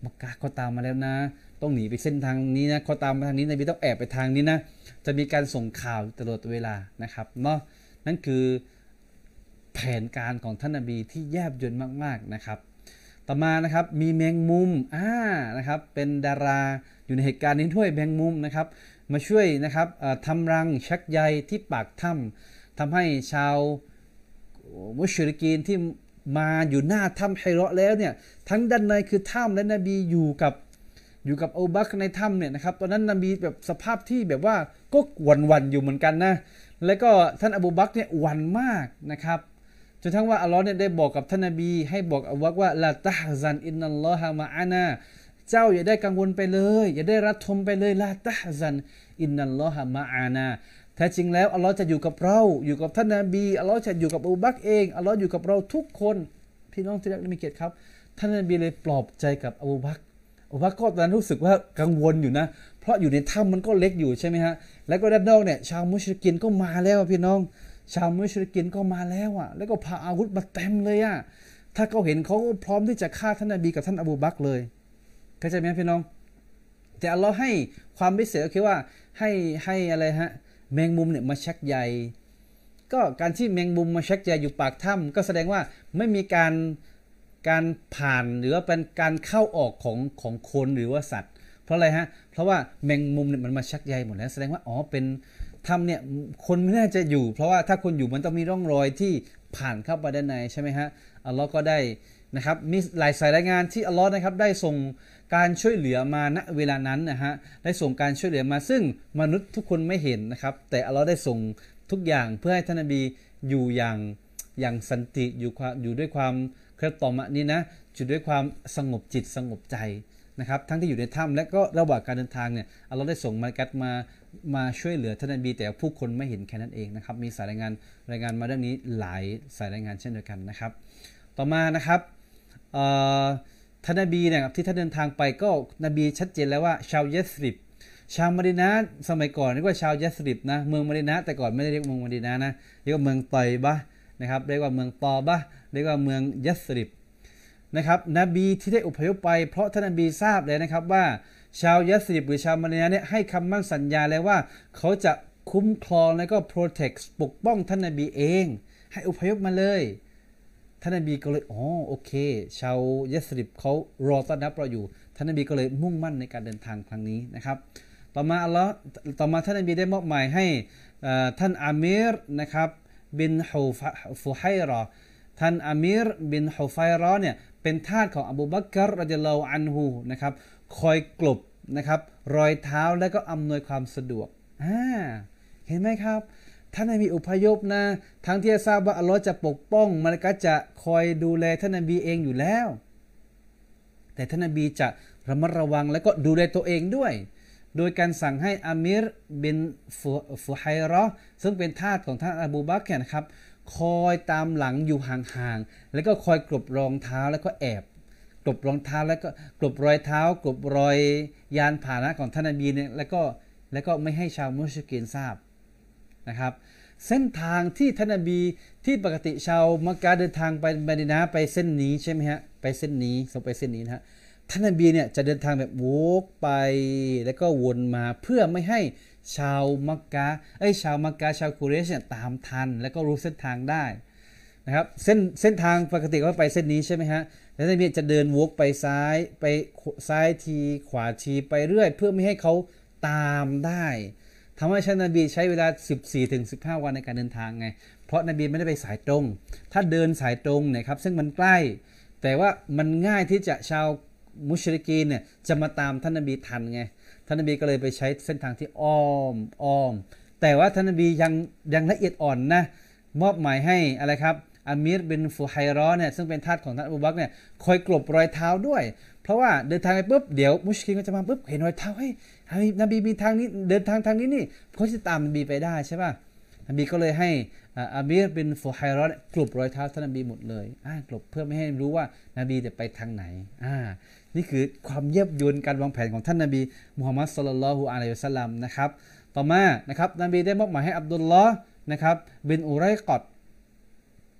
มักกะเขาตามมาแล้วนะต้องหนีไปเส้นทางนี้นะเขาตามมาทางนี้นบีต้องแอบไปทางนี้นะจะมีการส่งข่าวตลอดเวลานะครับเนาะนั่นคือแผนการของท่านนบีที่แยบยลมากๆนะครับต่อมานะครับมีแมงมุมนะครับเป็นดาราอยู่ในเหตุการณ์นี้ด้วยแมงมุมนะครับมาช่วยนะครับทำรังชักใยที่ปากถ้ำทำให้ชาวมุชริกีนที่มาอยู่หน้าถ้ำไฮเราะแล้วเนี่ยทั้งด้านในคือถ้ำและนบีอยู่กับอูบักในถ้ำเนี่ยนะครับตอนนั้นนบีแบบสภาพที่แบบว่าก็หวั่นอยู่เหมือนกันนะแล้วก็ท่านอบูบักรเนี่ยหวั่นมากนะครับจนทั้งว่าอัลลอฮ์เนี่ยได้บอกกับท่านนบีให้บอกอบูบักรว่าลาตะฮซันอินนัลลอฮะมะอานาเจ้าอย่าได้กังวลไปเลยอย่าได้รัดทมไปเลยลาตะฮซันอินนัลลอฮะมะอานาแท้จริงแล้วอัลลอฮ์จะอยู่กับเราอยู่กับท่านนบีอัลลอฮ์จะอยู่กับอบูบักรเองอัลลอฮ์อยู่กับเราทุกคนพี่น้องที่รักและมีเกียรติครับท่านนบีเลยปลอบใจกับอบูบักรก็ตอนนั้นรู้สึกว่ากังวลอยู่นะเพราะอยู่ในถ้ำมันก็เล็กอยู่ใช่ไหมฮะแล้วก็ด้านนอกเนี่ยชาวมุชริกินก็มาแล้วพี่น้องชาวมุชริกินก็มาแล้วแล้วก็พาอาวุธมาเต็มเลยถ้าเขาเห็นเขาก็พร้อมที่จะฆ่าท่านนบีกับท่านอบูบักรเลยเข้าใจไหมพี่น้องแต่อัลลอฮ์ให้ความพิเศษก็คือว่าให้อะไรฮะแมงมุมเนี่ยมาชักใยก็การที่แมงมุมมาชักใยอยู่ปากถ้ำก็แสดงว่าไม่มีการผ่านหรือว่าเป็นการเข้าออกของคนหรือว่าสัตว์เพราะอะไรฮะเพราะว่าแมงมุมเนี่ยมันมาชักใยหมดแล้วแสดงว่าเป็นถ้ำเนี่ยคนไม่น่าจะอยู่เพราะว่าถ้าคนอยู่มันต้องมีร่องรอยที่ผ่านเข้าไปด้านในใช่ไหมฮะอัลลอฮ์ก็ได้นะครับมีหลายสายรายงานที่อัลลอฮ์นะครับได้ส่งการช่วยเหลือมาณเวลานั้นนะฮะได้ส่งการช่วยเหลือมาซึ่งมนุษย์ทุกคนไม่เห็นนะครับแต่อัลลอฮ์ได้ส่งทุกอย่างเพื่อให้ท่านนบีอยู่อย่างสันติอยู่ด้วยความเคารพต่อมะนี้นะอยู่ด้วยความสงบจิตสงบใจนะครับทั้งที่อยู่ในถ้ำและก็ระหว่างการเดินทางเนี่ยอัลลอฮ์ได้ส่งมากัดมาช่วยเหลือท่านนบีแต่ผู้คนไม่เห็นแค่นั้นเองนะครับมีสายรายงานมาเรื่องนี้หลายสายรายงานเช่นเดียวกันนะครับต่อมานะครับท่านนบีเนี่ยที่ท่านเดินทางไปก็นบีชัดเจนแล้วว่าชาวยะสริบชาวมะดีนะห์สมัยก่อนเรียกว่าชาวยะสริบนะเมืองมะดีนะห์แต่ก่อนไม่ได้เรียกเมืองมะดีนะห์นะเรียกว่าเมืองตอยบะนะครับเรียกว่าเมืองตอบะเรียกว่าเมืองยะสริบนะครับนบีที่ได้อพยพไปเพราะท่านนบีทราบเลยนะครับว่าชาวยะสริบหรือชาวมะดีนะห์เนี่ยให้คำมั่นสัญญาแล้วว่าเขาจะคุ้มครองและก็ protect ปกป้องท่านนบีเองให้อพยพมาเลยท่านนบีก็เลยโอเคชาวยะสริบเขารอต้อนรับเราอยู่ท่านนบีก็เลยมุ่งมั่นในการเดินทางครั้งนี้นะครับต่อมาท่านนบีได้มอบหมายให้ท่านอามีรนะครับบินฟุไฮรอท่านอามีรบินฟุไฮรอเนี่ยเป็นทาสของอบูบักรรอฎิยัลลอฮุอันฮุนะครับคอยกลบนะครับรอยเท้าและก็อำนวยความสะดวกเห็นไหมครับท่านนบีอพยพนะทั้งที่ทราบว่าอัลลอฮ์จะปกป้องมะลาอิกะฮ์จะคอยดูแลท่านนบีเองอยู่แล้วแต่ท่านนบีจะระมัดระวังและก็ดูแลตัวเองด้วยโดยการสั่งให้อามีรบินฟุไฮรอซึ่งเป็นทาสของท่านอบูบักรนะครับคอยตามหลังอยู่ห่างๆแล้วก็คอยกลบรองเท้าแล้วก็แอบกลบรองเท้าแล้วก็กลบรอยเท้ากลบรอยยานพาหนะของท่านนบีเนี่ยแล้วก็ไม่ให้ชาวมุชริกีนทราบนะครับเส้นทางที่ท่านนบีที่ปกติชาวมักกะเดินทางไปมะดีนะห์ไปเส้นนี้ใช่ไหมฮะไปเส้นนี้นะฮะท่านนบีเนี่ยจะเดินทางแบบวกไปแล้วก็วนมาเพื่อไม่ให้ชาวมักกะชาวกุเรชเนี่ยตามทันแล้วก็รู้เส้นทางได้นะครับเส้นทางปกติก็ไปเส้นนี้ใช่ไหมฮะแล้วท่านนบีจะเดินวกไปซ้ายทีขวาทีไปเรื่อยเพื่อไม่ให้เขาตามได้ทำให้ท่านนบีใช้เวลา 14-15 วันในการเดินทางไงเพราะนบีไม่ได้ไปสายตรงถ้าเดินสายตรงเนี่ยครับซึ่งมันใกล้แต่ว่ามันง่ายที่จะชาวมุชริกีนเนี่ยจะมาตามท่านนบีทันไงท่านนบีก็เลยไปใช้เส้นทางที่อ้อมแต่ว่าท่านนบียังละเอียดอ่อนนะมอบหมายให้อะไรครับอามีรบินฟุไฮรอเนี่ยซึ่งเป็นทาสของท่านอบูบักรเนี่ยคอยกลบรอยเท้าด้วยเพราะว่าเดินทางไปปุ๊บเดี๋ยวมุชริกีนก็จะมาปุ๊บเห็นรอยเท้านบีมีทางนี้เดินทางนี้นี่เขาจะตามนบีไปได้ใช่ป่ะนบีก็เลยให้อามีรบินฟุไฮรอกลบรอยเท้าท่านนบีหมดเลยกลบเพื่อไม่ให้รู้ว่านบีจะไปทางไหนนี่คือความเยียบยวนการวางแผนของท่านนบีมุฮัมมัดศ็อลลัลลอฮุอะลัยฮิวะซัลลัมนะครับต่อมานะครับนบีได้มอบหมายให้อับดุลลอฮ์นะครับบินอุไรกอต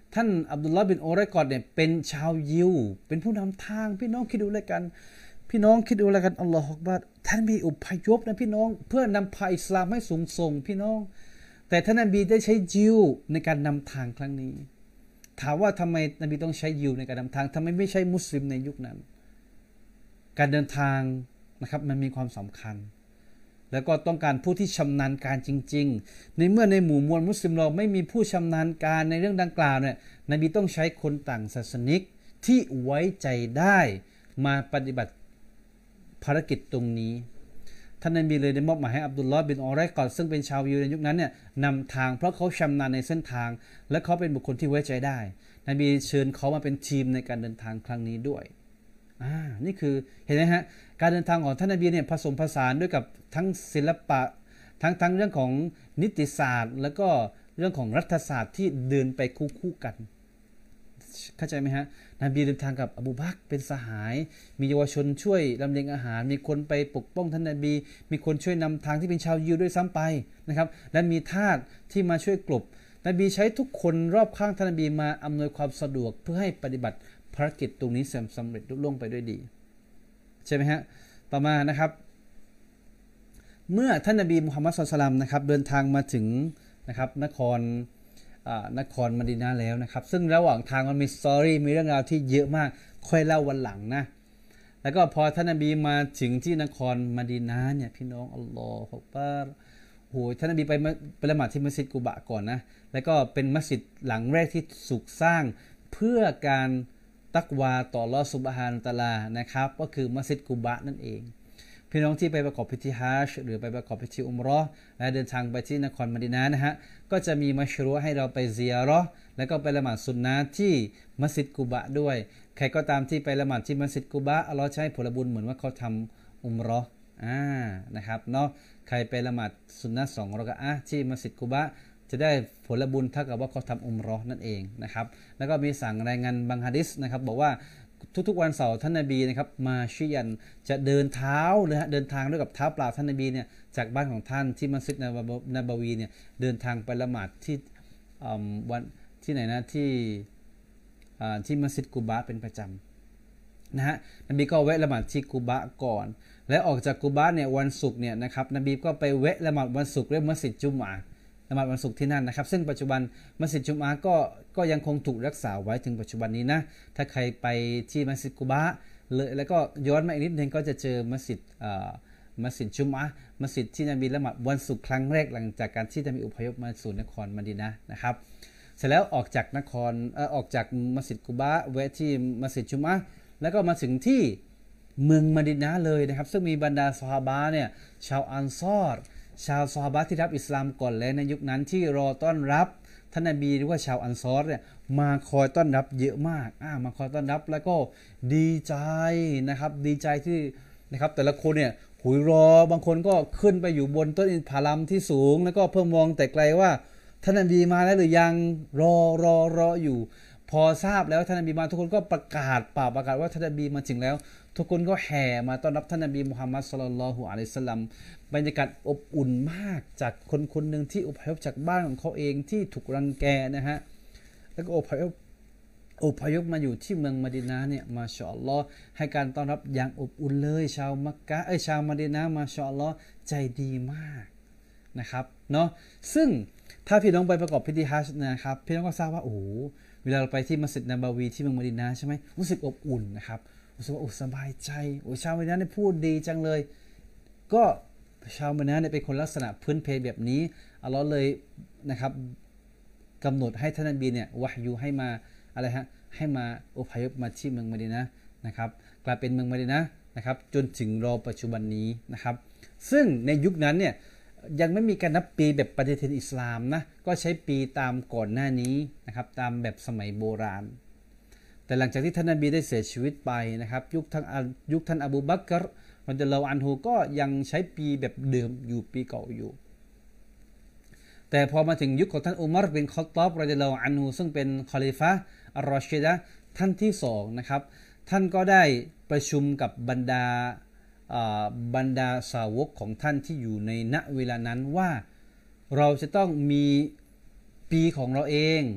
ท่านอับดุลลอฮ์บินอุไรกอฎเนี่ยเป็นชาวยิวเป็นผู้นำทางพี่น้องคิดดูเลยกันพี่น้องคิดดูแล้วกันอัลลอฮฺอักบัรท่านมีอพยพนะพี่น้องเพื่อนำพาอิสลามให้สูงส่งพี่น้องแต่ท่านนบีได้ใช้ยิวในการนำทางครั้งนี้ถามว่าทำไมนบีต้องใช้ยิวในการนำทางทำไมไม่ใช่มุสลิมในยุคนั้นการเดินทางนะครับมันมีความสำคัญแล้วก็ต้องการผู้ที่ชำนาญการจริงๆในเมื่อในหมู่มวลมุสลิมเราไม่มีผู้ชำนาญการในเรื่องดังกล่าวเนี่ยนบีต้องใช้คนต่างศาสนิกที่ไว้ใจได้มาปฏิบัติภารกิจตรงนี้ท่านนบีเลยได้มอบหมายให้อับดุลลอฮ์บินอุไรกอฎซึ่งเป็นชาวยิวในยุคนั้นเนี่ยนำทางเพราะเขาชำนาญในเส้นทางและเขาเป็นบุคคลที่ไว้ใจได้นบีเชิญเขามาเป็นทีมในการเดินทางครั้งนี้ด้วยนี่คือเห็นไหมฮะการเดินทางของท่านนบีเนี่ยผสมผสานด้วยกับทั้งศิลปะทั้งเรื่องของนิติศาสตร์แล้วก็เรื่องของรัฐศาสตร์ที่เดินไปคู่กันเข้าใจไหมฮะนบีเดินทางกับอบูบักรเป็นสหายมีเยาวชนช่วยลำเลียงอาหารมีคนไปปกป้องท่านนบีมีคนช่วยนำทางที่เป็นชาวยิวด้วยซ้ำไปนะครับและมีทาสที่มาช่วยกลบนบีใช้ทุกคนรอบข้างท่านนบีมาอำนวยความสะดวกเพื่อให้ปฏิบัติภารกิจตรงนี้สำเร็จลุล่วงไปด้วยดีใช่ไหมฮะต่อมานะครับเมื่อท่านนบีมุฮัมมัดศ็อลลัลลอฮุอะลัยฮิวะซัลลัมนะครับเดินทางมาถึงนะครับนครมะดีนะห์แล้วนะครับซึ่งระหว่างทางมันมีสตอรี่มีเรื่องราวที่เยอะมากค่อยเล่าวันหลังนะแล้วก็พอท่านนบีมาถึงที่นครมะดีนะห์เนี่ยพี่น้องอัลลอฮฺอักบัรโหท่านนบีไปละหมาดที่มัสยิดกุบะก่อนนะแล้วก็เป็นมัสยิดหลังแรกที่ถูกสร้างเพื่อการตักวาต่ออัลเลาะห์ซุบฮานะฮูวะตะอาลานะครับก็คือมัสยิดกุบะนั่นเองพี่น้องที่ไปประกอบพิธีฮัจญ์หรือไปประกอบพิธีอุมเราะห์และเดินทางไปที่นครมะดีนะห์นะฮะก็จะมีมัชรูอ์ให้เราไปซิยาเราะห์แล้วก็ไปละหมาดซุนนะห์ที่มัสยิดกุบะด้วยใครก็ตามที่ไปละหมาดที่มัสยิดกุบะอัลเลาะห์จะให้ผลบุญเหมือนว่าเขาทำอุมเราะห์นะครับเนาะใครไปละหมาดซุนนะห์2 รอกะอะห์ที่มัสยิดกุบะจะได้ผลบุญเท่ากับว่าเขาทำอุมเราะห์นั่นเองนะครับแล้วก็มีสั่งรายงานบางหะดีษนะครับบอกว่าทุกๆวันเสาร์ท่านนบีนะครับมาชิยันจะเดินเท้าเลยฮะเดินทางด้วยกับเท้าเปล่าท่านนบีเนี่ยจากบ้านของท่านที่มัสยิดนบวีเนี่ยเดินทางไปละหมาดที่วันที่ไหนนะที่มัสยิดกุบะเป็นประจำนะฮะนบีก็แวะละหมาดที่กุบะก่อนและออกจากกุบะเนี่ยวันศุกร์เนี่ยนะครับนบีก็ไปแวะละหมาดวันศุกร์เรียกมัสยิดจุมอะห์ละหมาดวันศุกร์ที่นั่นนะครับซึ่งปัจจุบันมัสยิดจุมอะห์ก็ยังคงถูกรักษาไว้ถึงปัจจุบันนี้นะถ้าใครไปที่มัสยิดกุบะเลยแล้วก็ย้อนมาอีกนิดนึงก็จะเจอมัสยิดจุมอะห์มัสยิดที่นบีละหมาดวันศุกร์ครั้งแรกหลังจากการที่นบีอพยพมาสู่นครมะดีนะห์นะครับเสร็จแล้วออกจากมัสยิดกุบะแวะที่มัสยิดจุมอะห์แล้วก็มาถึงที่เมืองมะดีนะห์เลยนะครับซึ่งมีบรรดาซอฮาบะห์เนี่ยชาวอันซอรชาวซอฮาบะห์ที่รับอิสลามก่อนแล้วในยุคนั้นที่รอต้อนรับท่านนบีหรือว่าชาวอันซอรเนี่ยมาคอยต้อนรับเยอะมากมาคอยต้อนรับแล้วก็ดีใจนะครับดีใจที่นะครับแต่ละคนเนี่ยหุยรอบางคนก็ขึ้นไปอยู่บนต้นอินทผลัมที่สูงแล้วก็เพิ่มมองแต่ไกลว่าท่านนบีมาแล้วหรือยังรออยู่พอทราบแล้วท่านนบีมาทุกคนก็ประกาศว่าท่านนบีมาถึงแล้วทุกคนก็แห่มาต้อนรับท่านนบีมุฮัมมัดศ็อลลัลลอฮุอะลัยฮิวะซัลลัมบรรยากาศอบอุ่นมากจากคนหนึ่งที่อพยพจากบ้านของเขาเองที่ถูกรังแกนะฮะแล้วก็อพยพมาอยู่ที่เมืองมะดีนะห์เนี่ยมาชาอัลลอฮ์ให้การต้อนรับอย่างอบอุ่นเลยชาวมักกะห์ชาวมะดีนะห์มาชาอัลลอฮ์ใจดีมากนะครับเนาะซึ่งถ้าพี่น้องไปประกอบพิธีฮัจญ์นะครับพี่น้องก็ทราบว่าโอ้โหเวลาเราไปที่มัสยิดนบวีที่เมืองมะดีนะห์ใช่ไหมรู้สึกอบอุ่นนะครับรู้สึกว่าสบายใจชาวมะดีนะห์เนี่ยพูดดีจังเลยก็ชาวมะดีนะห์เนี่ยเป็นคนลักษณะพื้นเพแบบนี้อัลเลาะห์เลยนะครับกำหนดให้ท่านนบีเนี่ยวะฮยูให้มาอะไรฮะให้มาอพยพมาที่เมืองมะดีนะห์นะครับกลายเป็นเมืองมะดีนะห์นะครับจนถึงรอปัจจุบันนี้นะครับซึ่งในยุคนั้นเนี่ยยังไม่มีการนับปีแบบปฏิทินอิสลามนะก็ใช้ปีตามก่อนหน้านี้นะครับตามแบบสมัยโบราณแต่หลังจากที่ท่านนบีได้เสียชีวิตไปนะครับยุคท่านอบูบักรรอฎิยัลลอฮุอันฮุก็ยังใช้ปีแบบเดิมอยู่ปีเก่าอยู่แต่พอมาถึงยุคของท่านอุมัรบินค็อฏฏอบรอฎิยัลลอฮุอันฮุซึ่งเป็นคอลิฟะห์อัรรอชิดะห์ท่านที่2นะครับท่านก็ได้ประชุมกับบรรดาสาวกของท่านที่อยู่ในณเวลานั้นว่าเราจะต้องมีปีของเราเอง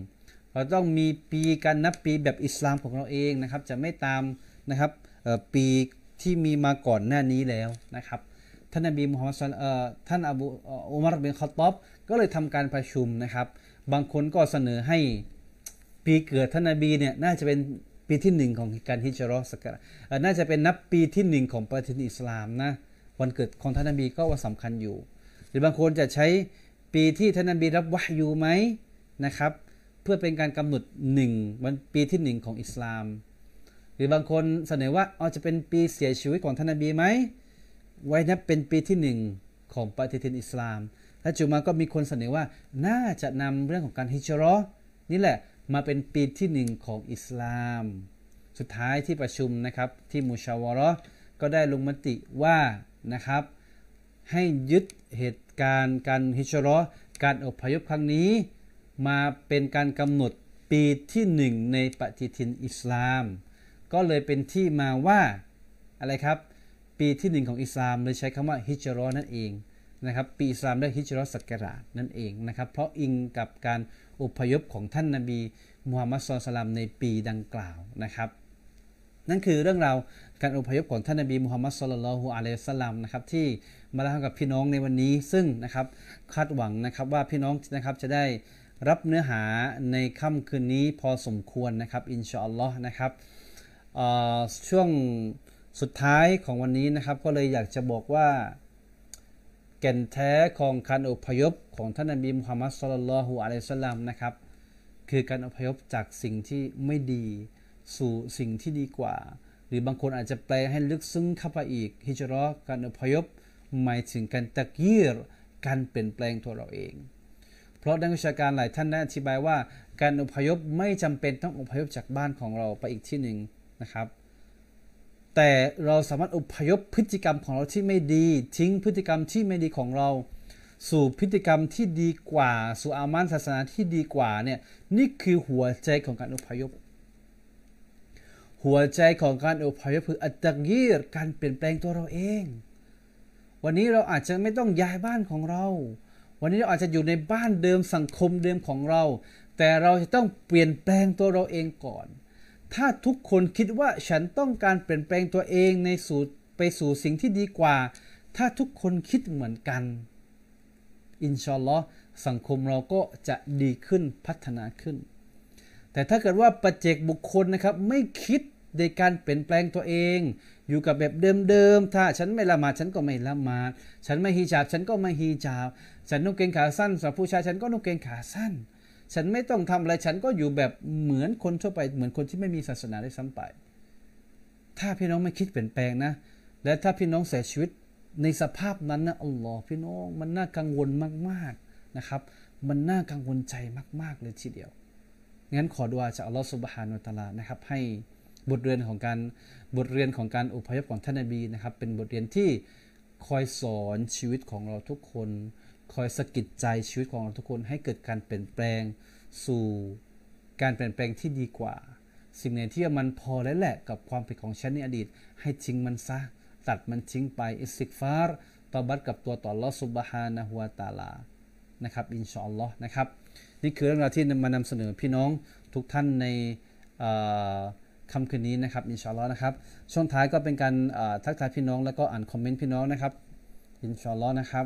เราต้องมีปีการนับปีแบบอิสลามของเราเองนะครับจะไม่ตามนะครับปีที่มีมาก่อนหน้านี้แล้วนะครับท่านนบีมุฮัมมัดท่านอุมัรบินค็อฏฏอบก็เลยทำการประชุมนะครับบางคนก็เสนอให้ปีเกิดท่านนบีเนี่ยน่าจะเป็นปีที่1ของการฮิจเราะห์สักน่าจะเป็นนับปีที่1ของประเทศอิสลามนะวันเกิดของท่านนบีก็ว่าสำคัญอยู่หรือบางคนจะใช้ปีที่ท่านนบีรับวะฮยูไหมนะครับเพื่อเป็นการกำหนดวันปีที่1ของอิสลามหรือบางคนเสนอว่าจะเป็นปีเสียชีวิตของท่านนบีไหมไว้นับเป็นปีที่1ของปฏิทินอิสลามและจุมาก็มีคนเสนอว่าน่าจะนำเรื่องของการฮิจเราะห์นี่แหละมาเป็นปีที่1ของอิสลามสุดท้ายที่ประชุมนะครับที่มุชาวะเราะห์ก็ได้ลงมติว่านะครับให้ยึดเหตุการณ์การฮิจเราะห์การอพยพครั้งนี้มาเป็นการกำหนดปีที่1ในปฏิทินอิสลามก็เลยเป็นที่มาว่าอะไรครับปีที่1ของอิสลามเลยใช้คำว่าฮิจเราะห์นั่นเองนะครับปีอิสลามได้ฮิจเราะห์ศักราชนั่นเองนะครับเพราะอิงกับการอพยพของท่านนบีมุฮัมมัดศ็อลลัลลอฮุอะลัยฮิวะซัลลัมในปีดังกล่าวนะครับนั่นคือเรื่องราวการอพยพของท่านนบีมุฮัมมัดศ็อลลัลลอฮุอะลัยฮิวะซัลลัมนะครับที่มาเล่ากับพี่น้องในวันนี้ซึ่งนะครับคาดหวังนะครับว่าพี่น้องนะครับจะได้รับเนื้อหาในค่ำคืนนี้พอสมควรนะครับอินชาอัลลอฮ์นะครับช่วงสุดท้ายของวันนี้นะครับก็เลยอยากจะบอกว่าแก่นแท้ของการอพยพของท่านนบีมุฮัมมัดศ็อลลัลลอฮุอะลัยฮิวะซัลลัมนะครับคือการอพยพจากสิ่งที่ไม่ดีสู่สิ่งที่ดีกว่าหรือบางคนอาจจะแปลให้ลึกซึ้งเข้าไปอีกฮิจเราะห์การอพยพหมายถึงการตักยีรการเปลี่ยนแปลงตัวเราเองเพราะนักวิชาการหลายท่านได้อธิบายว่าการอพยพไม่จำเป็นต้องอพยพจากบ้านของเราไปอีกที่หนึ่งนะครับแต่เราสามารถอพยพพฤติกรรมของเราที่ไม่ดีทิ้งพฤติกรรมที่ไม่ดีของเราสู่พฤติกรรมที่ดีกว่าสู่อามันศาสนาที่ดีกว่าเนี่ยนี่คือหัวใจของการอพยพหัวใจของการอพยพคืออัตตักยีรการเปลี่ยนแปลงตัวเราเองวันนี้เราอาจจะไม่ต้องย้ายบ้านของเราวันนี้เราอาจจะอยู่ในบ้านเดิมสังคมเดิมของเราแต่เราจะต้องเปลี่ยนแปลงตัวเราเองก่อนถ้าทุกคนคิดว่าฉันต้องการเปลี่ยนแปลงตัวเองไปสู่สิ่งที่ดีกว่าถ้าทุกคนคิดเหมือนกันอินชาอัลลอฮ์สังคมเราก็จะดีขึ้นพัฒนาขึ้นแต่ถ้าเกิดว่าปัจเจกบุคคลนะครับไม่คิดในการเปลี่ยนแปลงตัวเองอยู่กับแบบเดิมๆถ้าฉันไม่ละหมาดฉันก็ไม่ละหมาดฉันไม่ฮิญาบฉันก็ไม่ฮิญาบฉันนุ่งเกงขาสั้นสำหรับผู้ชายฉันก็นุ่งเกงขาสั้นฉันไม่ต้องทำอะไรฉันก็อยู่แบบเหมือนคนทั่วไปเหมือนคนที่ไม่มีศาสนาได้ซ้ำไปถ้าพี่น้องไม่คิดเปลี่ยนแปลงนะและถ้าพี่น้องเสียชีวิตในสภาพนั้นนะอัลลอฮ์พี่น้องมันน่ากังวลมากๆนะครับมันน่ากังวลใจมากๆเลยทีเดียวงั้นขอดุอาจากอัลลอฮ์ซุบฮานะฮูวะตะอาลานะครับให้บทเรียนของการอพยพของท่านนบีนะครับเป็นบทเรียนที่คอยสอนชีวิตของเราทุกคนคอยสะกิดใจชีวิตของเราทุกคนให้เกิดการเปลี่ยนแปลงสู่การเปลี่ยนแปลงที่ดีกว่าสิ่งไหนที่มันพอแล้วแหละกับความผิดของฉันในอดีตให้ทิ้งมันซะตัดมันทิ้งไปอิสติฆฟารตอบัตกับตัวต่ออัลลอฮ์ซุบฮานะฮูวะตะอาลานะครับอินชาอัลลอฮ์นะครับนี่คือเรื่องราวที่มานำเสนอพี่น้องทุกท่านในค่ำคืนนี้นะครับอินชาอัลลอฮ์นะครับช่วงท้ายก็เป็นการทักทายพี่น้องแล้วก็อ่านคอมเมนต์พี่น้องนะครับอินชาอัลลอฮ์นะครับ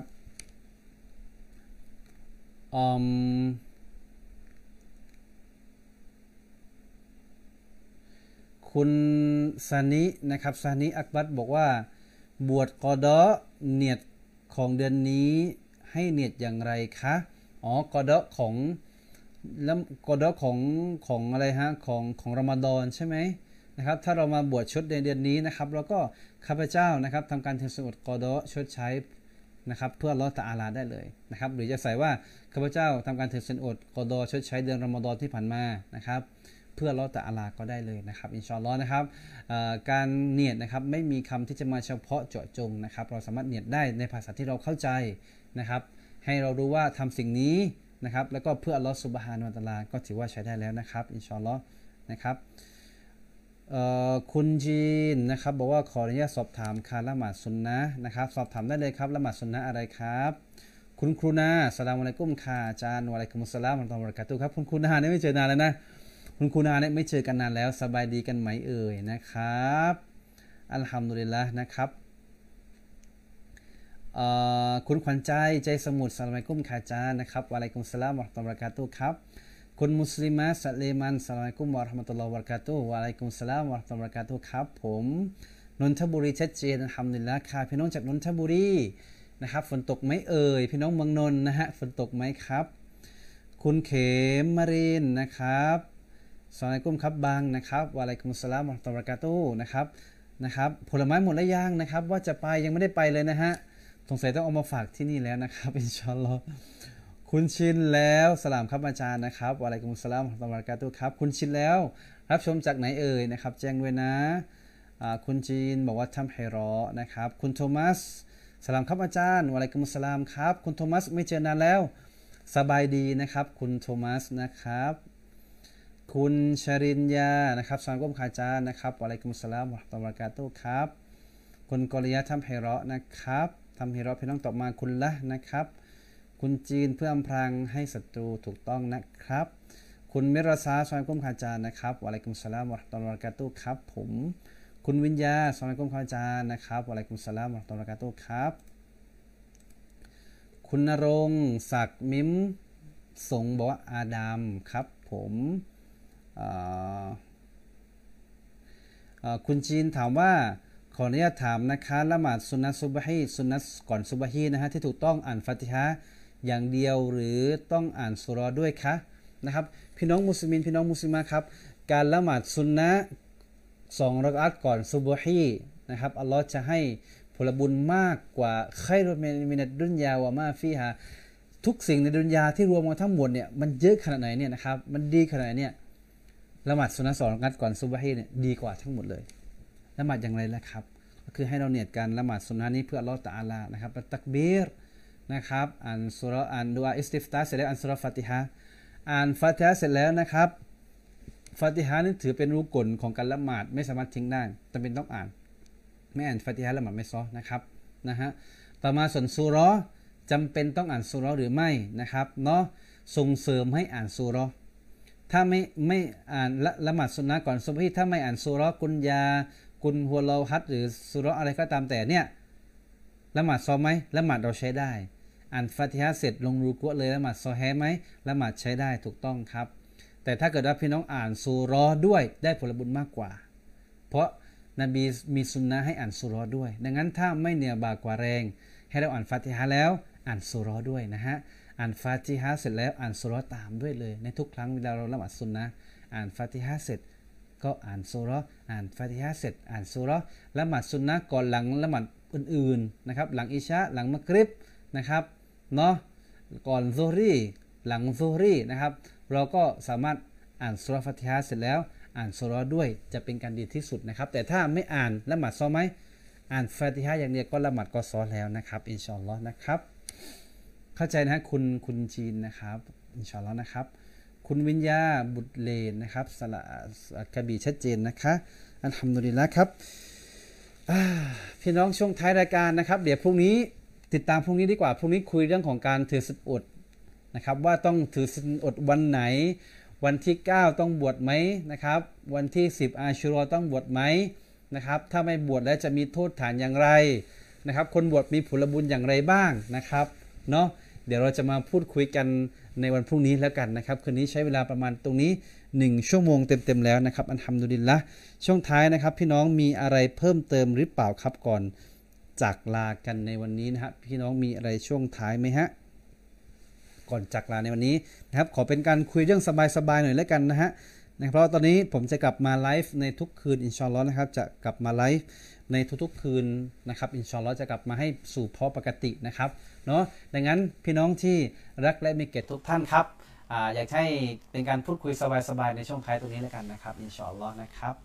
คุณซานินะครับซานิอักบัตบอกว่าบวชกอฎอเนียดของเดือนนี้ให้เนียดอย่างไรคะกอฎอของแล้วกอฎอของอะไรฮะของรอมฎอนใช่ไหมนะครับถ้าเรามาบวชชดในเดือนนี้นะครับเราก็ข้าพเจ้านะครับทำการถือศีลอดกอฎอชดใช้นะครับเพื่ออัลเลาะห์ตะอาลาได้เลยนะครับหรือจะใส่ว่าข้าพเจ้าทำการถือศีลอดกอฎอชดใช้เดือนรอมฎอนที่ผ่านมานะครับเพื่ออัลเลาะห์ตะอาลาก็ได้เลยนะครับอินชาอัลลอฮ์นะครับการเนียดนะครับไม่มีคำที่จะมาเฉพาะเจาะจงนะครับเราสามารถเนียดได้ในภาษาที่เราเข้าใจนะครับให้เรารู้ว่าทำสิ่งนี้นะครับแล้วก็เพื่ออัลเลาะห์ซุบฮานะฮูวะตะอาลาก็ถือว่าใช้ได้แล้วนะครับอินชาอัลลอฮ์นะครับคุณจีนนะครับบอกว่าขออนุญาตสอบถามการละหมาดซุนนะห์นะครับสอบถามได้เลยครับละหมาดซุนนะห์อะไรครับคุณครูนาสลามอะลัยกุมค่ะอาจารย์วะอะลัยกุมุสสลามวะเราะห์มะตุลลอฮิวะบะเราะกาตุฮ์ครับคุณครูนาเนี่ยไม่เจอนานแล้วนะคุณครูนาเนี่ยไม่เจอกันนานแล้วสบายดีกันไหมเอ่ยนะครับอัลฮัมดุลิลละห์นะครับคุณขวัญใจสมุทรสลามอะลัยกุมค่ะอาจารย์นะครับวะอะลัยกุมุสสลามวะเราะห์มะตุลลอฮิวะบะเราะกาตุฮ์ครับคุณมุสลิมะสะเลมันสลามอะลัยกุมวะเราะห์มะตุลลอฮิวะบะเราะกาตุฮ์วะอะลัยกุมุสสลามวะเราะห์มะตุลลอฮิวะบะเราะกาตุฮ์ครับผมนนทบุรีชัดเจนอัลฮัมดุลิลละห์ค่ะพี่น้องจากนนทบุรีนะครับฝนตกไหมเอ่ยพี่น้องเมืองนนท์นะฮะฝนตกไหมครับคุณเขมมารินนะครับสลามอะลัยกุมครับบางนะครับวะอะลัยกุมุสสลามวะเราะห์มะตุลลอฮิวะบะเราะกาตุฮ์นะครับผลไม้หมดแล้วยังนะครับว่าจะไปยังไม่ได้ไปเลยนะฮะสงสัยต้องเอามาฝากที่นี่แล้วนะครับอินชาอัลลอฮ์คุณชินแล้วสลามครับอาจารย์นะครับวะอะลัยกุมุสสลามวะเราะห์มะตุลลอฮิวะบะเราะกาตุฮ์ครับคุณชินแล้วรับชมจากไหนเอ่ยนะครับแจ้งด้วยนะคุณจีนบอกว่าทำไฮรอนะครับคุณโทมัสสลามครับอาจารย์วะอะลัยกุมุสสลามครับคุณโทมัสไม่เจอนานแล้วสบายดีนะครับคุณโทมัสนะครับคุณชรินยานะครับสลามกุมอาจารย์นะครับวะอะลัยกุมุสสลามวะเราะห์มะตุลลอฮิวะบะเราะกาตุฮ์ครับคุณกอริยะทำไฮรอนะครับทำไฮรอพี่น้องตอบมาคุณละนะครับคุณจีนเพื่ออำพรางให้ศัตรูถูกต้องนะครับคุณมิราซาสลามกุมอาจารย์นะครับวะอะลัยกุมุสสลามวะเราะห์มะตุลลอฮิวะบะเราะกาตุฮ์ครับผมคุณวิญญาสลามอะลัยกุมอาจารย์นะครับวะอะลัยกุมุสสลามวะเราะห์มะตุลลอฮิวะบะเราะกาตุฮ์ครับคุณณรงค์ศักดิ์มิมสงบอกว่าอาดัมครับผมคุณจีนถามว่าขออนุญาตถามนะคะละหมาดซุนนะซุบฮีซุนนะก่อนซุบฮีนะฮะที่ถูกต้องอ่านฟาติฮะห์อย่างเดียวหรือต้องอ่านซูเราะห์ด้วยคะนะครับพี่น้องมุสลิมพี่น้องมุสลิมะครับการละหมาดซุนนะ2เราะกะอัตก่อนซุบฮีนะครับอัลลอฮ์จะให้ผลบุญมากกว่าไครุมินัดดุนยาวะมาฟีฮาทุกสิ่งในดุนยาที่รวมกันทั้งหมดเนี่ยมันเยอะขนาดไหนเนี่ยนะครับมันดีขนาดไหนเนี่ยละหมาดซุนนะ2เราะกะอัตก่อนซุบฮีเนี่ยดีกว่าทั้งหมดเลยละหมาดอย่างไรล่ะครับก็คือให้เราเนียดการละหมาดซุนนะนี้เพื่ออัลเลาะห์ตะอาลานะครับตักบีรนะครับอ่านซูเราะห์อ่านดุอาอิสติฟตาห์เสร็จแล้วอ่านซูเราะห์ฟาติฮะห์อ่านฟาติฮะห์เสร็จแล้วนะครับฟาติฮะห์นี่ถือเป็นรุกนของการละหมาดไม่สามารถทิ้งได้จำเป็นต้องอ่านไม่อ่านฟาติฮะห์ละหมาดไม่ซอนะครับนะฮะต่อมาส่วนซูเราะห์จำเป็นต้องอ่านซูเราะห์หรือไม่นะครับเนาะส่งเสริมให้อ่านซูเราะห์ถ้าไม่อ่านละหมาดซุนนะก่อนซุบฮีถ้าไม่อ่านซูเราะห์กุญญากุลฮัวลอฮัดหรือซูเราะห์อะไรก็ตามแต่เนี่ยละหมาดซอไหมละหมาดเราใช้ได้อ่านฟาติฮะห์เสร็จลงรูกุเลยละหมาดซอแฮไหมละหมาดใช้ได้ถูกต้องครับแต่ถ้าเกิดว่าพี่น้องอ่านซูเราะห์ด้วยได้ผลบุญมากกว่าเพราะนบีมีซุนนะให้อ่านซูเราะห์ด้วยดังนั้นถ้าไม่เหนือบ่ากว่าแรงให้เราอ่านฟาติฮะห์แล้วอ่านซูเราะห์ด้วยนะฮะอ่านฟาติฮะห์เสร็จแล้วอ่านซูเราะห์ตามด้วยเลยในทุกครั้งเวลาเราละหมาดซุนนะอ่านฟาติฮะห์เสร็จก็อ่านซูเราะห์อ่านฟาติฮะห์เสร็จอ่านซูเราะห์ละหมาดซุนนะก่อนหลังละหมาดอื่นๆนะครับหลังอิชาหลังมักริบนะครับเนาะก่อนซุฮรีหลังซุฮรีนะครับเราก็สามารถอ่านซูเราะห์ฟาติฮะห์เสร็จแล้วอ่านซูเราะห์ด้วยจะเป็นการดีที่สุดนะครับแต่ถ้าไม่อ่านละหมาดซอไหมอ่านฟาติฮะห์อย่างเดียวก็ละหมาดก็ซอแล้วนะครับอินชาอัลลอฮ์นะครับเข้าใจนะคุณจีนนะครับอินชาอัลลอฮ์นะครับคุณวิญญาบุตรเลนนะครับสละกระบี่ชัดเจนนะคะอัลฮัมดุลิลละห์ครับพี่น้องช่วงท้ายรายการนะครับเดี๋ยวพรุ่งนี้ติดตามพรุ่งนี้ดีกว่าพรุ่งนี้คุยเรื่องของการถือศีลอดนะครับว่าต้องถือศีลอดวันไหนวันที่9ต้องบวชไหมนะครับวันที่10อาชูรอต้องบวชไหมนะครับถ้าไม่บวชแล้วจะมีโทษฐานอย่างไรนะครับคนบวชมีผลบุญอย่างไรบ้างนะครับเนาะเดี๋ยวเราจะมาพูดคุยกันในวันพรุ่งนี้แล้วกันนะครับคืนนี้ใช้เวลาประมาณตรงนี้1ชั่วโมงเต็มๆแล้วนะครับอัลฮัมดุลิลละห์ช่วงท้ายนะครับพี่น้องมีอะไรเพิ่มเติมหรือเปล่าครับก่อนจากลากันในวันนี้นะครับพี่น้องมีอะไรช่วงท้ายไหมฮะก่อนจากลาในวันนี้นะครับขอเป็นการคุยเรื่องสบายๆหน่อยแล้วกันนะฮะเพราะตอนนี้ผมจะกลับมาไลฟ์ในทุกคืนอินชาอัลลอฮ์นะครับจะกลับมาไลฟ์ในทุกๆคืนนะครับอินชาอัลลอฮ์จะกลับมาให้สู่ภาวะปกตินะครับเนาะดังนั้นพี่น้องที่รักและมีเกียรติทุกท่านครับอยากให้เป็นการพูดคุยสบายๆในช่วงท้ายตรงนี้แล้วกันนะครับอินชาอัลลอฮ์นะครับ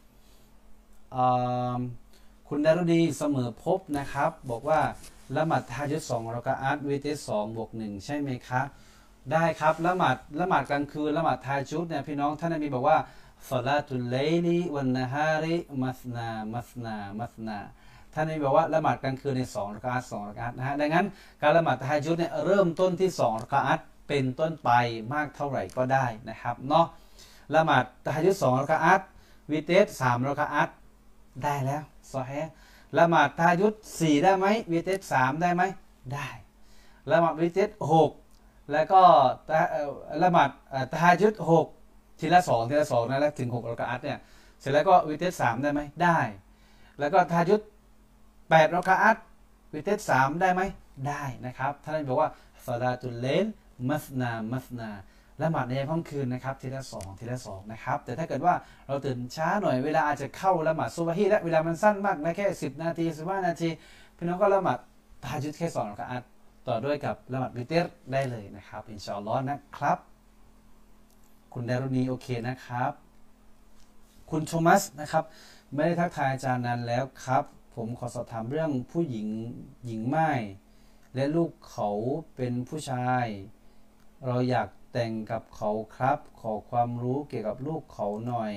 คุณดารุดีเสมอพบนะครับบอกว่าละหมาดตะฮัจญุด2เราะกะอัตวิเตร2+1ใช่ไหมครับได้ครับละหมาดกลางคืนละหมาดตะฮัจญุดเนี่ยพี่น้องท่านนบีบอกว่าศอลาตุลไลลิวันนะฮาริมัสนาท่านนี้บอกว่าละหมาดกลางคืนใน2เราะกาอะห์2เราะกาอะห์นะฮะดังนั้นการละหมาดตะฮัจญุดเนี่ยเริ่มต้นที่2เราะกาอะห์เป็นต้นไปมากเท่าไหร่ก็ได้นะครับเนาะละหมาดตะฮัจญุด2เราะกาอะห์วิเตร3เราะกาอะห์ได้แล้วซอฮีฮ์ละหมาดตะฮัจญุด4ได้ไหมวิเตร3ได้ไหมได้ละหมาดวิเตร6แล้วก็ละหมาดตะฮัจญุด6ทีละ2นะแล้วถึง6เราะกาอะห์เนี่ยเสร็จแล้วก็วิเตร3ได้ไหมได้แล้วก็ตะฮัจญุด8เราะกาอะห์วิเตร3ได้ไหมได้นะครับท่านบอกว่าศอลาตุลเลลมัสนาละหมาดในยามค่ำคืนนะครับทีละ2นะครับแต่ถ้าเกิดว่าเราตื่นช้าหน่อยเวลาอาจจะเข้าละหมาดซุบฮีและเวลามันสั้นมากนะแค่10นาที15นาทีพี่น้องก็ละหมาดตะฮัจญุดแค่2เราะกาอะห์ต่อด้วยกับละหมาดวิเตรได้เลยนะครับอินชาอัลลอฮ์นะครับคุณดารุณีโอเคนะครับคุณโทมัสนะครับไม่ได้ทักทายอาจารย์นานแล้วครับผมขอสอบถามเรื่องผู้หญิงม่ายและลูกเขาเป็นผู้ชายเราอยากแต่งกับเขาครับขอความรู้เกี่ยวกับลูกเขาหน่อย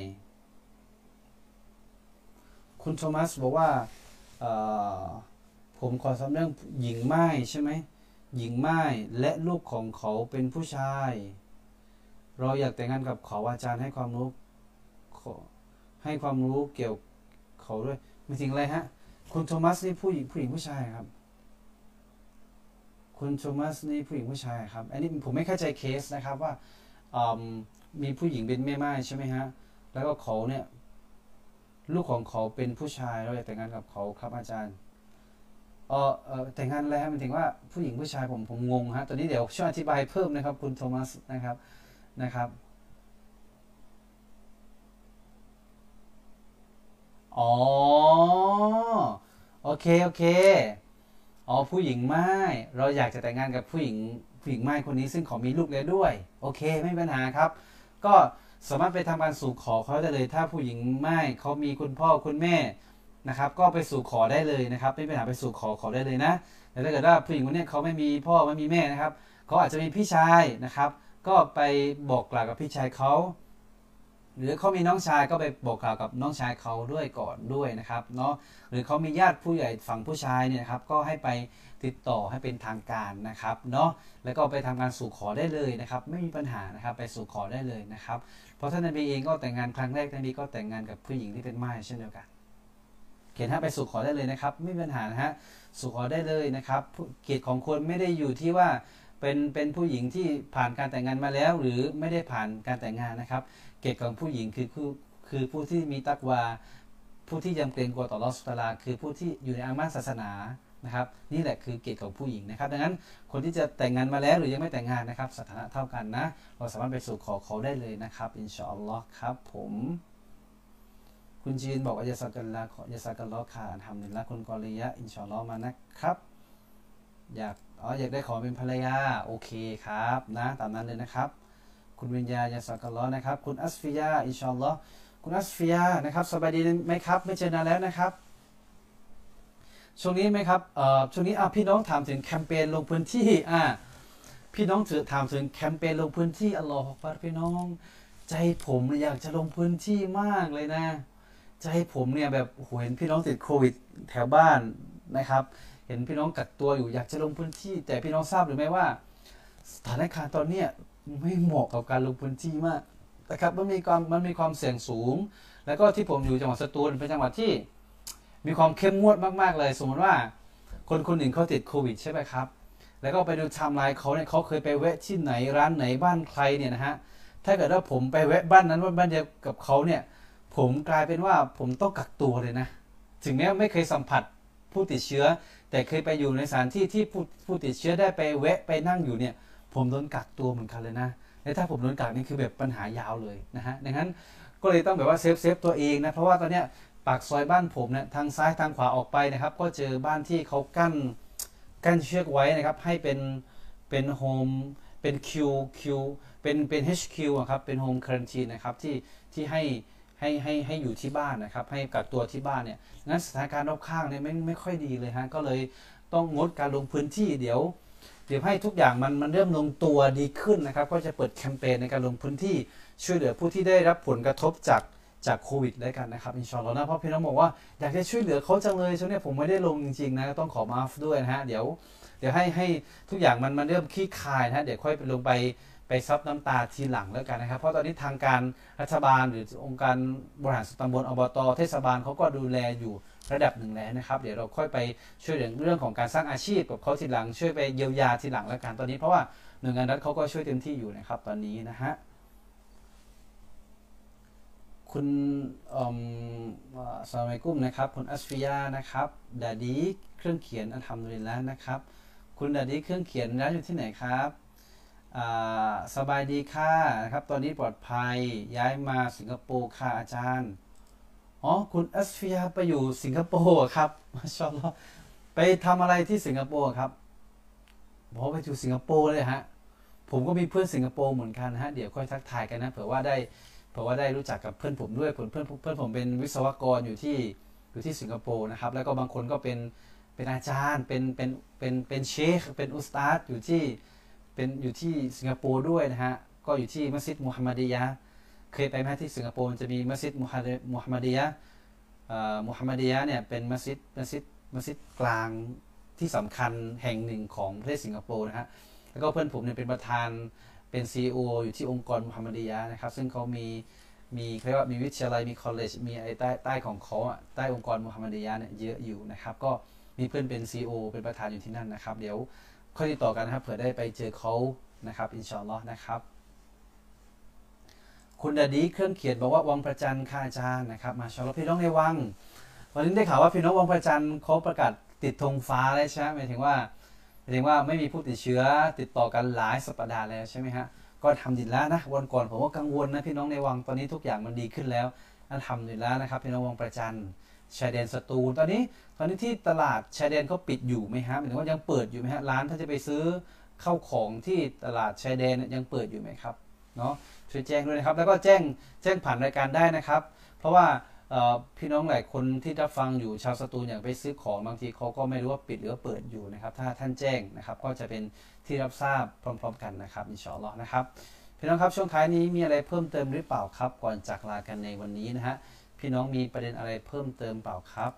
คุณโทมัสบอกว่าผมขอสอบเรื่องหญิงม่ายใช่ไหมหญิงม่ายและลูกของเขาเป็นผู้ชายเราอยากแต่งงานกับเขาอาจารย์ให้ความรู้เกี่ยวเขาด้วยไม่ถึงอะไรฮะคุณโทมัสนี่ผู้หญิงผู้ชายครับคุณโทมัสนี่ผู้หญิงผู้ชายครับอันนี้ผมไม่เข้าใจเคสนะครับว่ามีผู้หญิงเป็นแม่ไม้ใช่ไหมฮะแล้วก็เขาเนี่ยลูกของเขาเป็นผู้ชายเราอยากแต่งงานกับเขาครับอาจารย์แต่งงานแล้วมันถึงว่าผู้หญิงผู้ชายผมงงฮะตอนนี้เดี๋ยวช่วยอธิบายเพิ่มนะครับคุณโทมัสนะครับอ๋อโอเคผู้หญิงม่ายเราอยากจะแต่งงานกับผู้หญิงม่ายคนนี้ซึ่งเขามีลูกแล้วด้วยโอเคไม่มีปัญหาครับก็สามารถไปทำการสู่ขอเขาได้เลยถ้าผู้หญิงม่ายเขามีคุณพ่อคุณแม่นะครับก็ไปสู่ขอได้เลยนะครับไม่มีปัญหาไปสู่ขอได้เลยนะแต่ถ้าเกิดว่าผู้หญิงคนนี้เขาไม่มีพ่อไม่มีแม่นะครับเขาอาจจะมีพี่ชายนะครับก็ไปบอกกล่าวกับพี่ชายเขาหรือเขามีน้องชายก็ไปบอกกล่าวกับน้องชายเขาด้วยก่อนด้วยนะครับเนาะหรือเขามีญาติผู้ใหญ่ฝั่งผู้ชายเนี่ยครับก็ให้ไปติดต่อให้เป็นทางการนะครับเนาะแล้วก็ไปทำการสู่ขอได้เลยนะครับไม่มีปัญหานะครับไปสู่ขอได้เลยนะครับเพราะท่านนบีเองก็แต่งงานครั้งแรกท่านนบีก็แต่งงานกับผู้หญิงที่เป็นม่ายเช่นเดียวกันเขียนให้ไปสู่ขอได้เลยนะครับไม่มีปัญหานะฮะสู่ขอได้เลยนะครับเกียรติของคนไม่ได้อยู่ที่ว่าเป็นผู้หญิงที่ผ่านการแต่งงานมาแล้วหรือไม่ได้ผ่านการแต่งงานนะครับเกียรติของผู้หญิงคือผู้ที่มีตักวาผู้ที่ยำเกรงกลัวต่ออัลเลาะห์ซุบฮานะฮูวะตะอาลาคือผู้ที่อยู่ในอามันศาสนานะครับนี่แหละคือเกียรติของผู้หญิงนะครับดังนั้นคนที่จะแต่งงานมาแล้วหรือยังไม่แต่งงานนะครับสถานะเท่ากันนะเราสามารถไปสู่ขอเขาได้เลยนะครับอินชาอัลลอฮ์ครับผมคุณจีนบอกว่ายะซากัลลอฮ์ค่ะอัลฮัมดุลิลละห์คุณกอริยะอินชาอัลลอฮ์มานะครับอยากได้ขอเป็นภรรยาโอเคครับนะตามนั้นเลยนะครับคุณวิญญายะซากัลลอฮ์นะครับคุณอัสฟิยาอินชาอัลลอฮ์คุณอัสฟิยานะครับสบายดีไหมครับไม่เจอนานแล้วนะครับช่วงนี้ไหมครับช่วงนี้พี่น้องถามถึงแคมเปญลงพื้นที่พี่น้องถามถึงแคมเปญลงพื้นที่อัลลอฮฺอักบัรพี่น้องใจผมอยากจะลงพื้นที่มากเลยนะใจผมเนี่ยแบบเห็นพี่น้องติดโควิดแถวบ้านนะครับเห็นพี่น้องกักตัวอยู่อยากจะลงพื้นที่แต่พี่น้องทราบหรือไม่ว่าสถานการณ์ตอนนี้ไม่เหมาะกับการลงพื้นที่มากนะครับมันมีความเสี่ยงสูงแล้วก็ที่ผมอยู่จังหวัดสตูลเป็นจังหวัดที่มีความเข้มงวดมากๆเลยสมมติว่าคนหนึ่งเขาติดโควิดใช่ไหมครับแล้วก็ไปดูไทม์ไลน์เขาเนี่ยเขาเคยไปแวะที่ไหนร้านไหนบ้านใครเนี่ยนะฮะถ้าเกิดว่าผมไปแวะบ้านนั้นบ้านเดียวกับเขาเนี่ยผมกลายเป็นว่าผมต้องกักตัวเลยนะถึงแม้ไม่เคยสัมผัสผู้ติดเชื้อแต่เคยไปอยู่ในสถานที่ที่ผู้ติดเชื้อได้ไปแวะไปนั่งอยู่เนี่ยผมโดนกักตัวเหมือนกันเลยนะและถ้าผมโดนกักนี่คือแบบปัญหายาวเลยนะฮะดังนั้นก็เลยต้องแบบว่าเซฟตัวเองนะเพราะว่าตอนเนี้ยปากซอยบ้านผมเนี่ยทางซ้ายทางขวาออกไปนะครับก็เจอบ้านที่เขากั้นเชือกไว้นะครับให้เป็นโฮมเป็นคิวเป็น HQ อ่ะครับเป็นโฮมควอรันทีนนะครับที่ให้อยู่ที่บ้านนะครับให้กักตัวที่บ้านเนี่ยงั้นสถานการณ์รอบข้างเนี่ยไม่ค่อยดีเลยฮะก็เลยต้องงดการลงพื้นที่เดี๋ยวให้ทุกอย่างมันเริ่มลงตัวดีขึ้นนะครับก็จะเปิดแคมเปญในการลงพื้นที่ช่วยเหลือผู้ที่ได้รับผลกระทบจากจากโควิดได้กันนะครับอินชาอัลลอฮ์นะเพราะพี่น้องบอกว่าอยากจะช่วยเหลือเขาจังเลยช่วงนี้ผมไม่ได้ลงจริงๆนะต้องขอมาฟด้วยนะฮะเดี๋ยวให้ทุกอย่างมันเริ่มคลี่คลายนะฮะเดี๋ยวค่อยไปลงไปซับน้ำตาทีหลังแล้วกันนะครับเพราะตอนนี้ทางการรัฐบาลหรือองค์การบริหารส่วนตำบลอบต.เทศบาลเขาก็ดูแลอยู่ระดับหนึ่งแล้วนะครับเดี๋ยวเราค่อยไปช่วยเรื่องของการสร้างอาชีพกับเขาทีหลังช่วยไปเยียวยาทีหลังแล้วกันตอนนี้เพราะว่าหน่วยงานรัฐเขาก็ช่วยเต็มที่อยู่นะครับตอนนี้นะฮะคุณสลามอะลัยกุมนะครับคุณอัสฟิยานะครับดาดีเครื่องเขียนอัลฮัมดุลิลละห์นะครับคุณดาดีเครื่องเขียนร้านอยู่ที่ไหนครับสบายดีค่ะนะครับตอนนี้ปลอดภัยย้ายมาสิงคโปร์ค่ะอาจารย์อ๋อคุณอัสฟิยาไปอยู่สิงคโปร์ครับมาชาอัลลอฮ์ไปทำอะไรที่สิงคโปร์ครับบอกไปอยู่สิงคโปร์เลยฮะผมก็มีเพื่อนสิงคโปร์เหมือนกันฮะเดี๋ยวค่อยทักทายกันนะเผื่อว่าได้รู้จักกับเพื่อนผมด้วยเพื่อนผมเป็นวิศวกรอยู่ที่สิงคโปร์นะครับแล้วก็บางคนก็เป็นอาจารย์เป็นเชคเป็นอุสตาดอยู่ที่สิงคโปร์ด้วยนะฮะก็อยู่ที่มัสยิดมุฮัมมัดียะห์เคยไปไหมที่สิงคโปร์จะมีมัสยิดมุฮัมมัดียะห์เนี่ยเป็นมัสยิดกลางที่สำคัญแห่งหนึ่งของประเทศสิงคโปร์นะฮะแล้วก็เพื่อนผมเนี่ยเป็นประธานเป็น CEO อยู่ที่องค์กรมุฮัมมัดียะห์นะครับซึ่งเขามีเรียกว่ามีวิทยาลัยมีคอลเลจมีอะไรใต้ของเขาใต้องค์กรมุฮัมมัดียะห์เนี่ยเยอะอยู่นะครับก็มีเพื่อนเป็น CEO เป็นประธานอยู่ที่นั่นนะครับเดี๋ยวค่อยติดต่อกันนะครับเผื่อได้ไปเจอเขานะครับอินชาอัลลอฮ์นะครับคุณดาดีเครื่องเขียนบอกว่าวังพระจันทร์ค่ะอาจารย์นะครับมาชาอัลลอฮ์พี่น้องในวังวันนี้ได้ข่าวว่าพี่น้องวังพระจันทร์เขาประกาศติดธงฟ้าเลยใช่ไหมหมายถึงว่าไม่มีผู้ติดเชื้อติดต่อกันหลายสัปดาห์แล้วใช่ไหมฮะก็ทำดีแล้วนะวันก่อนผมว่ากังวลนะพี่น้องในวังตอนนี้ทุกอย่างมันดีขึ้นแล้วทำดีแล้วนะครับพี่น้องวังพระจันทร์ชายแดนสตูลตอนนี้ที่ตลาดชายแดนเขาปิดอยู่ไหมฮะหมายถึงว่ายังเปิดอยู่ไหมฮะร้านถ้าจะไปซื้อเข้าของที่ตลาดชายแดนยังเปิดอยู่ไหมครับเนาะช่วยแจ้งด้วยนะครับแล้วก็แจ้งผ่านรายการได้นะครับเพราะว่าพี่น้องหลายคนที่รับฟังอยู่ชาวสตูลอยากไปซื้อของบางทีเขาก็ไม่รู้ว่าปิดหรือเปิดอยู่นะครับถ้าท่านแจ้งนะครับก็จะเป็นที่รับทราบพร้อมๆกันนะครับอินชาอัลลอฮ์นะครับพี่น้องครับช่วงท้ายนี้มีอะไรเพิ่มเติมหรือเปล่าครับก่อนจากลากันในวันนี้นะฮะพี่น้องมีประเด็นอะไรเพิ่มเติมเปล่าครับ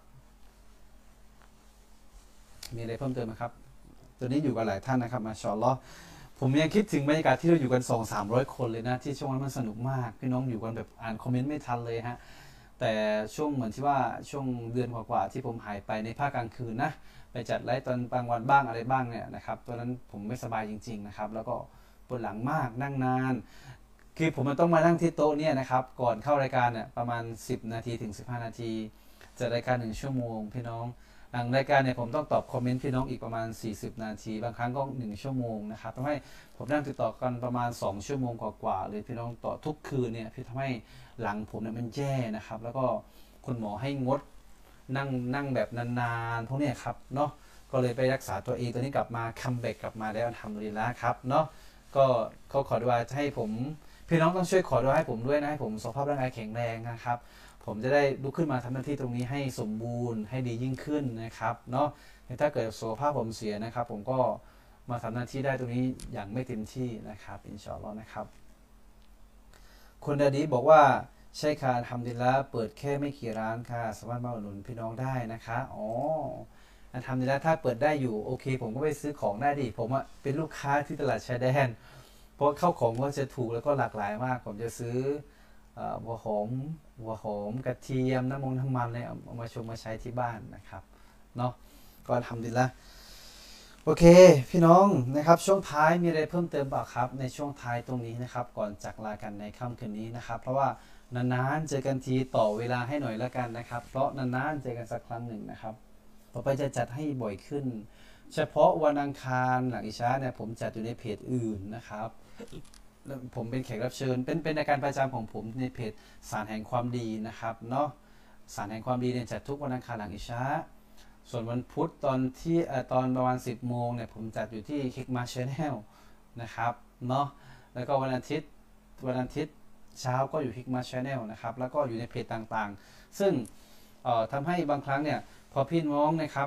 มีอะไรเพิ่มเติมไหมครับตัวนี้อยู่กันหลายท่านนะครับมาชาอัลลอฮ์ผมยังคิดถึงบรรยากาศที่เราอยู่กัน 200-300 คนเลยนะที่ช่วงนั้นมันสนุกมากพี่น้องอยู่กันแบบอ่านคอมเมนต์ไม่ทันเลยฮะแต่ช่วงเหมือนที่ว่าช่วงเดือนกว่าๆที่ผมหายไปในภาคกลางคืนนะไปจัดไลฟ์ตอนกลางวันบ้างอะไรบ้างเนี่ยนะครับตอนนั้นผมไม่สบายจริงๆนะครับแล้วก็ปวดหลังมากนั่งนานคือผมมันต้องมานั่งที่โต๊ะเนี่ยนะครับก่อนเข้ารายการเนี่ยประมาณ10 นาทีถึง15 นาทีจัดรายการ1 ชั่วโมงพี่น้องหลังรายการเนี่ยผมต้องตอบคอมเมนต์พี่น้องอีกประมาณ40 นาทีบางครั้งก็1 ชั่วโมงนะครับทำให้ผมนั่งติดต่อกันประมาณ2 ชั่วโมงกว่าๆเลยพี่น้องต่อทุกคืนเนี่ยพี่ทำให้หลังผมเนี่ยมันแย่นะครับแล้วก็คุณหมอให้งดนั่งแบบนานๆพวกนี้ครับเนาะก็เลยไปรักษาตัวเองตอนนี้กลับมาคัมแบ็กกลับมาแล้วทำดีแล้วครับเนาะก็เขาขอดุอาให้ผมพี่น้องต้องช่วยขอดุอาให้ผมด้วยนะให้ผมสุขภาพร่างกายแข็งแรงนะครับผมจะได้ลุกขึ้นมาทำหน้าที่ตรงนี้ให้สมบูรณ์ให้ดียิ่งขึ้นนะครับเนาะถ้าเกิดสุขภาพผมเสียนะครับผมก็มาทำหน้าที่ได้ตรงนี้อย่างไม่เต็มที่นะครับอินชาอัลลอฮ์นะครับคุณดาดีบอกว่าใช่ค่ะทำดีแล้วเปิดแค่ไม่กี่ร้านค่ะสามารถมาอุดหนุนพี่น้องได้นะคะอ๋อทำดีแล้วถ้าเปิดได้อยู่โอเคผมก็ไปซื้อของได้ดิผมเป็นลูกค้าที่ตลาดชายแดนเพราะเข้าของก็จะถูกแล้วก็หลากหลายมากผมจะซื้อหัวหอมกระเทียมน้ำมันเลยเอามาใช้ที่บ้านนะครับเนาะก็ทำดีแล้วโอเคพี่น้องนะครับช่วงท้ายมีอะไรเพิ่มเติมเปล่าครับในช่วงท้ายตรงนี้นะครับก่อนจากลากันในค่ำคืนนี้นะครับเพราะว่านานๆเจอกันทีต่อเวลาให้หน่อยแล้วกันนะครับเพราะนานๆเจอกันสักครั้งหนึ่งนะครับต่อไปจะจัดให้บ่อยขึ้นเฉพาะวันอังคารหลังอิชาเนี่ยผมจัดอยู่ในเพจอื่นนะครับผมเป็นแขกรับเชิญเป็นรายการประจำของผมในเพจสารแห่งความดีนะครับเนาะสารแห่งความดีเนี่ยจัดทุกวันอังคารหลังอิชาส่วนวันพุธตอนประมาณ10 โมงเนี่ยผมจัดอยู่ที่คิกมาชาแนลนะครับเนาะแล้วก็วันอาทิตย์เช้าก็อยู่คิกมาชาแนลนะครับแล้วก็อยู่ในเพจต่างๆซึ่งทำให้บางครั้งเนี่ยพอพี่น้องนะครับ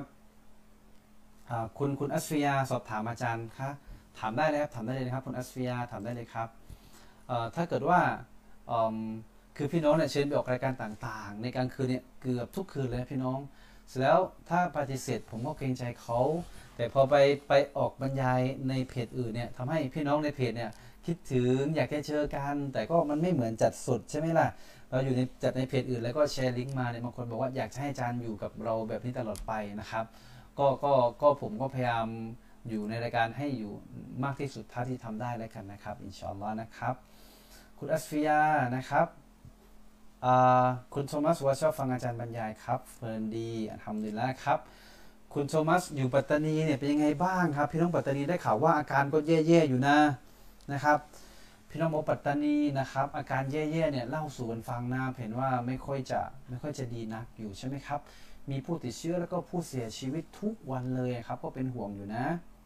คุณอัสฟิยาสอบถามอาจารย์คะถามได้เลยครับถามได้เลยนะครับคุณอัสฟิยาถามได้เลยครับถ้าเกิดว่าคือพี่น้องเนี่ยเชิญไปออกรายการต่างๆในกลางคืนเนี่ยเกือบทุกคืนเลยพี่น้องเสร็จแล้วถ้าปฏิเสธผมก็เกรงใจเขาแต่พอไปออกบรรยายในเพจอื่นเนี่ยทำให้พี่น้องในเพจเนี่ยคิดถึงอยากจะเจอกันแต่ก็มันไม่เหมือนจัดสดใช่ไหมล่ะเราอยู่ในจัดในเพจอื่นแล้วก็แชร์ลิงก์มาเนี่ยบางคนบอกว่าอยากจะให้อาจารย์อยู่กับเราแบบนี้ตลอดไปนะครับก็ผมก็พยายามอยู่ในรายการให้อยู่มากที่สุดเท่าที่ทำได้แล้วกันนะครับอินชาอัลลอฮ์นะครับคุณอัสฟิยานะครับคุณโทมัสว่าชอบฟังอาจารย์บรรยายครับเฟิร์นดีอัลฮัมดุลิลละห์ครับคุณโทมัสอยู่ปัตตานีเนี่ยเป็นยังไงบ้างครับพี่น้องปัตตานีได้ข่าวว่าอาการก็แย่ๆอยู่นะครับพี่น้องปัตตานีนะครับอาการแย่ๆเนี่ยเล่าสู่กันฟังนะเห็นว่าไม่ค่อยจะดีนักอยู่ใช่ไหมครับมีผู้ติดเชื้อแล้วก็ผู้เสียชีวิตทุกวันเลยครับก็เป็นห่วงอยู่นะ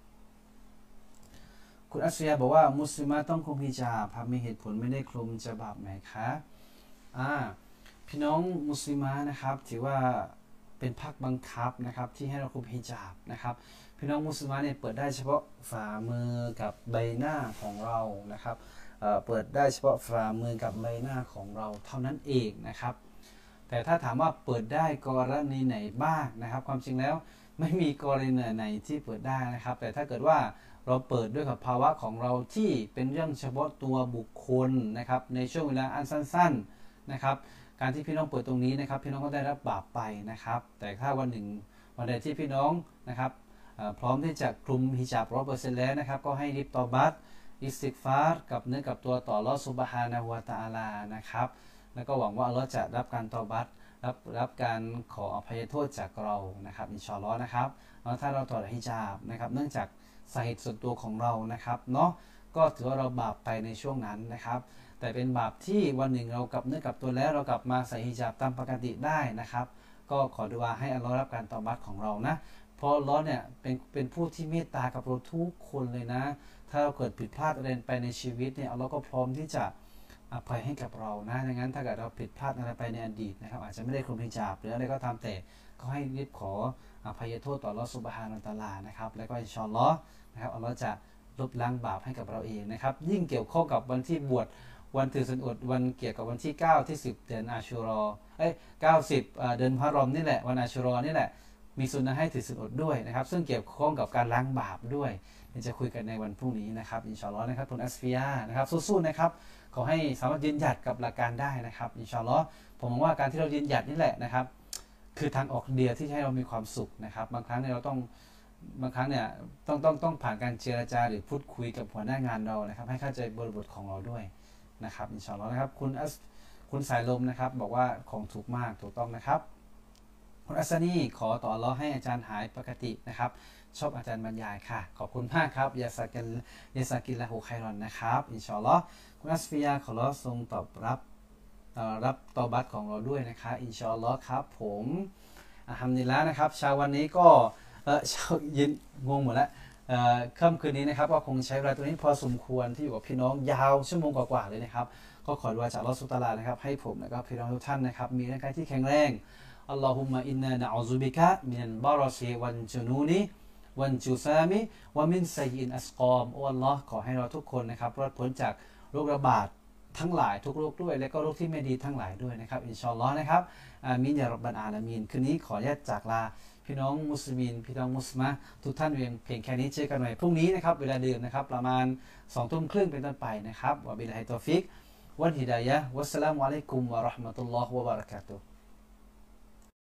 คุณอัสฟิยาบอกว่ามุสลิมะต้องคลุมฮิญาบครับมีเหตุผลไม่ได้คลุมจะบาปไหมคะพี่น้องมุสลิมะนะครับถือว่าเป็นภาคบังคับนะครับที่ให้เราคลุมฮิญาบนะครับพี่น้องมุสลิมะเนี่ยเปิดได้เฉพาะฝ่ามือกับใบหน้าของเรานะครับเปิดได้เฉพาะฝ่ามือกับใบหน้าของเราเท่านั้นเองนะครับแต่ถ้าถามว่าเปิดได้กรณีไหนบ้างนะครับความจริงแล้วไม่มีกรณีไหนที่เปิดได้นะครับแต่ถ้าเกิดว่าเราเปิดด้วยกับภาวะของเราที่เป็นเรื่องเฉพาะตัวบุคคลนะครับในช่วงเวลาอันสั้นๆนะครับการที่พี่น้องเปิดตรงนี้นะครับพี่น้องก็ได้รับบาปไปนะครับแต่ถ้าวันหนึ่งวันใดที่พี่น้องนะครับพร้อมที่จะคลุมฮิญาบ 100% แล้วนะครับก็ให้รีบตอบัตอิสติฆฟารกับเนื้อกับตัวต่ออัลเลาะห์ซุบฮานะฮูวะตะอาลานะครับแล้วก็หวังว่าอัลเลาะห์จะรับการตอบัตรับการขออภัยโทษจากเรานะครับอินชาอัลลอฮ์นะครับแล้วถ้าเราถอดฮิญาบนะครับเนื่องจากสาเหตุส่วนตัวของเรานะครับเนาะก็ถือว่าเราบาปไปในช่วงนั้นนะครับแต่เป็นบาปที่วันหนึ่งเรากลับเนื้อกลับตัวแล้วเรากลับมาใส่ฮิญาบตามปกติได้นะครับก็ขอดุอาให้อัลเลาะห์รับการตอบัตของเรานะเพราะอัลเลาะห์เนี่ยเป็นผู้ที่เมตตากับเราทุกคนเลยนะถ้าเราเกิดผิดพลาดอะไรไปในชีวิตเนี่ยอัลเลาะห์ก็พร้อมที่จะอภัยให้กับเรานะดังนั้นถ้าเกิดเราผิดพลาดอะไรไปในอดีตนะครับอาจจะไม่ได้คลุมฮิญาบหรืออะไรก็ตามแต่ก็ให้รีบขออภัยโทษต่ออัลเลาะห์ซุบฮานะฮูวะตะอาลานะครับแล้วก็อินชาอัลลอฮ์นะครับอัลเลาะห์จะลบล้างบาปให้กับเราเองนะครับยิ่งเกี่ยวข้องกับวันที่บวชวันถือศีลอดวันเกี่ยวกับวันที่9ที่10เดือนอาชูรอ90เดือนมุฮัรรอมนี่แหละวันอาชูรอนี่แหละมีสุนนะให้ถือศีลอดด้วยนะครับซึ่งเกี่ยวข้องกับการล้างบาปด้วยจะคุยกันในวันพรุ่งนี้นะครับอินชาอัลลอฮ์นะครับคุณอัสฟิยานะครับสู้ๆนะครับขอให้สามารถยืนหยัดกับหลักการได้นะครับอินชาอัลลอฮ์ผมมองว่าการที่เรายืนหยัดนี่แหละนะครับคือทางออกเดียวที่ให้เรามีความสุขนะครับบางครั้งเนี่ยเราต้องผ่านการเจรจาหรือพูดคุยกับหัวหน้างานเรานะครับให้เข้าใจบริบทของเราด้วยนะครับอินชาอัลลอฮ์นะครับคุณสายลมนะครับบอกว่าของถูกมากถูกต้องนะครับคุณอัสนีขอต่ออัลเลาะห์ให้อาจารย์หายปกตินะครับชอบอาจารย์บรรยายค่ะขอบคุณมากครับยาซากินละหูไครอนนะครับอินชาอัลลอฮ์คุณอัสฟิยาขออัลเลาะห์ทรงตอบรับตอบัตของเราด้วยนะคะอินชาอัลลอฮ์ครับผมอัลฮัมดุลิลละห์นะครับเช้าวันนี้ก็เช้าเย็นงงหมดแล้วค่ำคืนนี้นะครับก็คงใช้เวลาตัวนี้พอสมควรที่อยู่กับพี่น้องยาวชั่วโมงกว่าๆเลยนะครับก็ขอดุอาจากอัลเลาะห์ซุบฮานะฮูวะตะอาลานะครับให้ผมและก็พี่น้องทุกท่านนะครับมีร่างกายที่แข็งแรงอัลลอฮุมมะอินนานะอูซุบิกะมินัลบารอซิวัลจุนูนีวันจุซามิวะมินซัยอินอัสกอมโอ้อัลลอฮ์ขอให้เราทุกคนนะครับรอดพ้นจากโรคระบาดทั้งหลายทุกโรคด้วยและก็โรคที่ไม่ดีทั้งหลายด้วยนะครับอินชาอัลลอฮ์นะครับอามีนยาร็อบบัลอาลามีนคืนนี้ขออนุญาตจากลาพี่น้องมุสลิมพี่น้องมุสลิมะทุกท่านเพียงแค่นี้เจอกันใหม่พรุ่งนี้นะครับเวลาเดิมนะครับประมาณ 20:30 เป็นต้นไปนะครับวะบิลลาฮิตตอฟิกวัลฮิดายะฮ์วัสสลามุอะลัยกุมวะเราะห์มะตุลลอฮ์วะบะเราะกาตุฮ์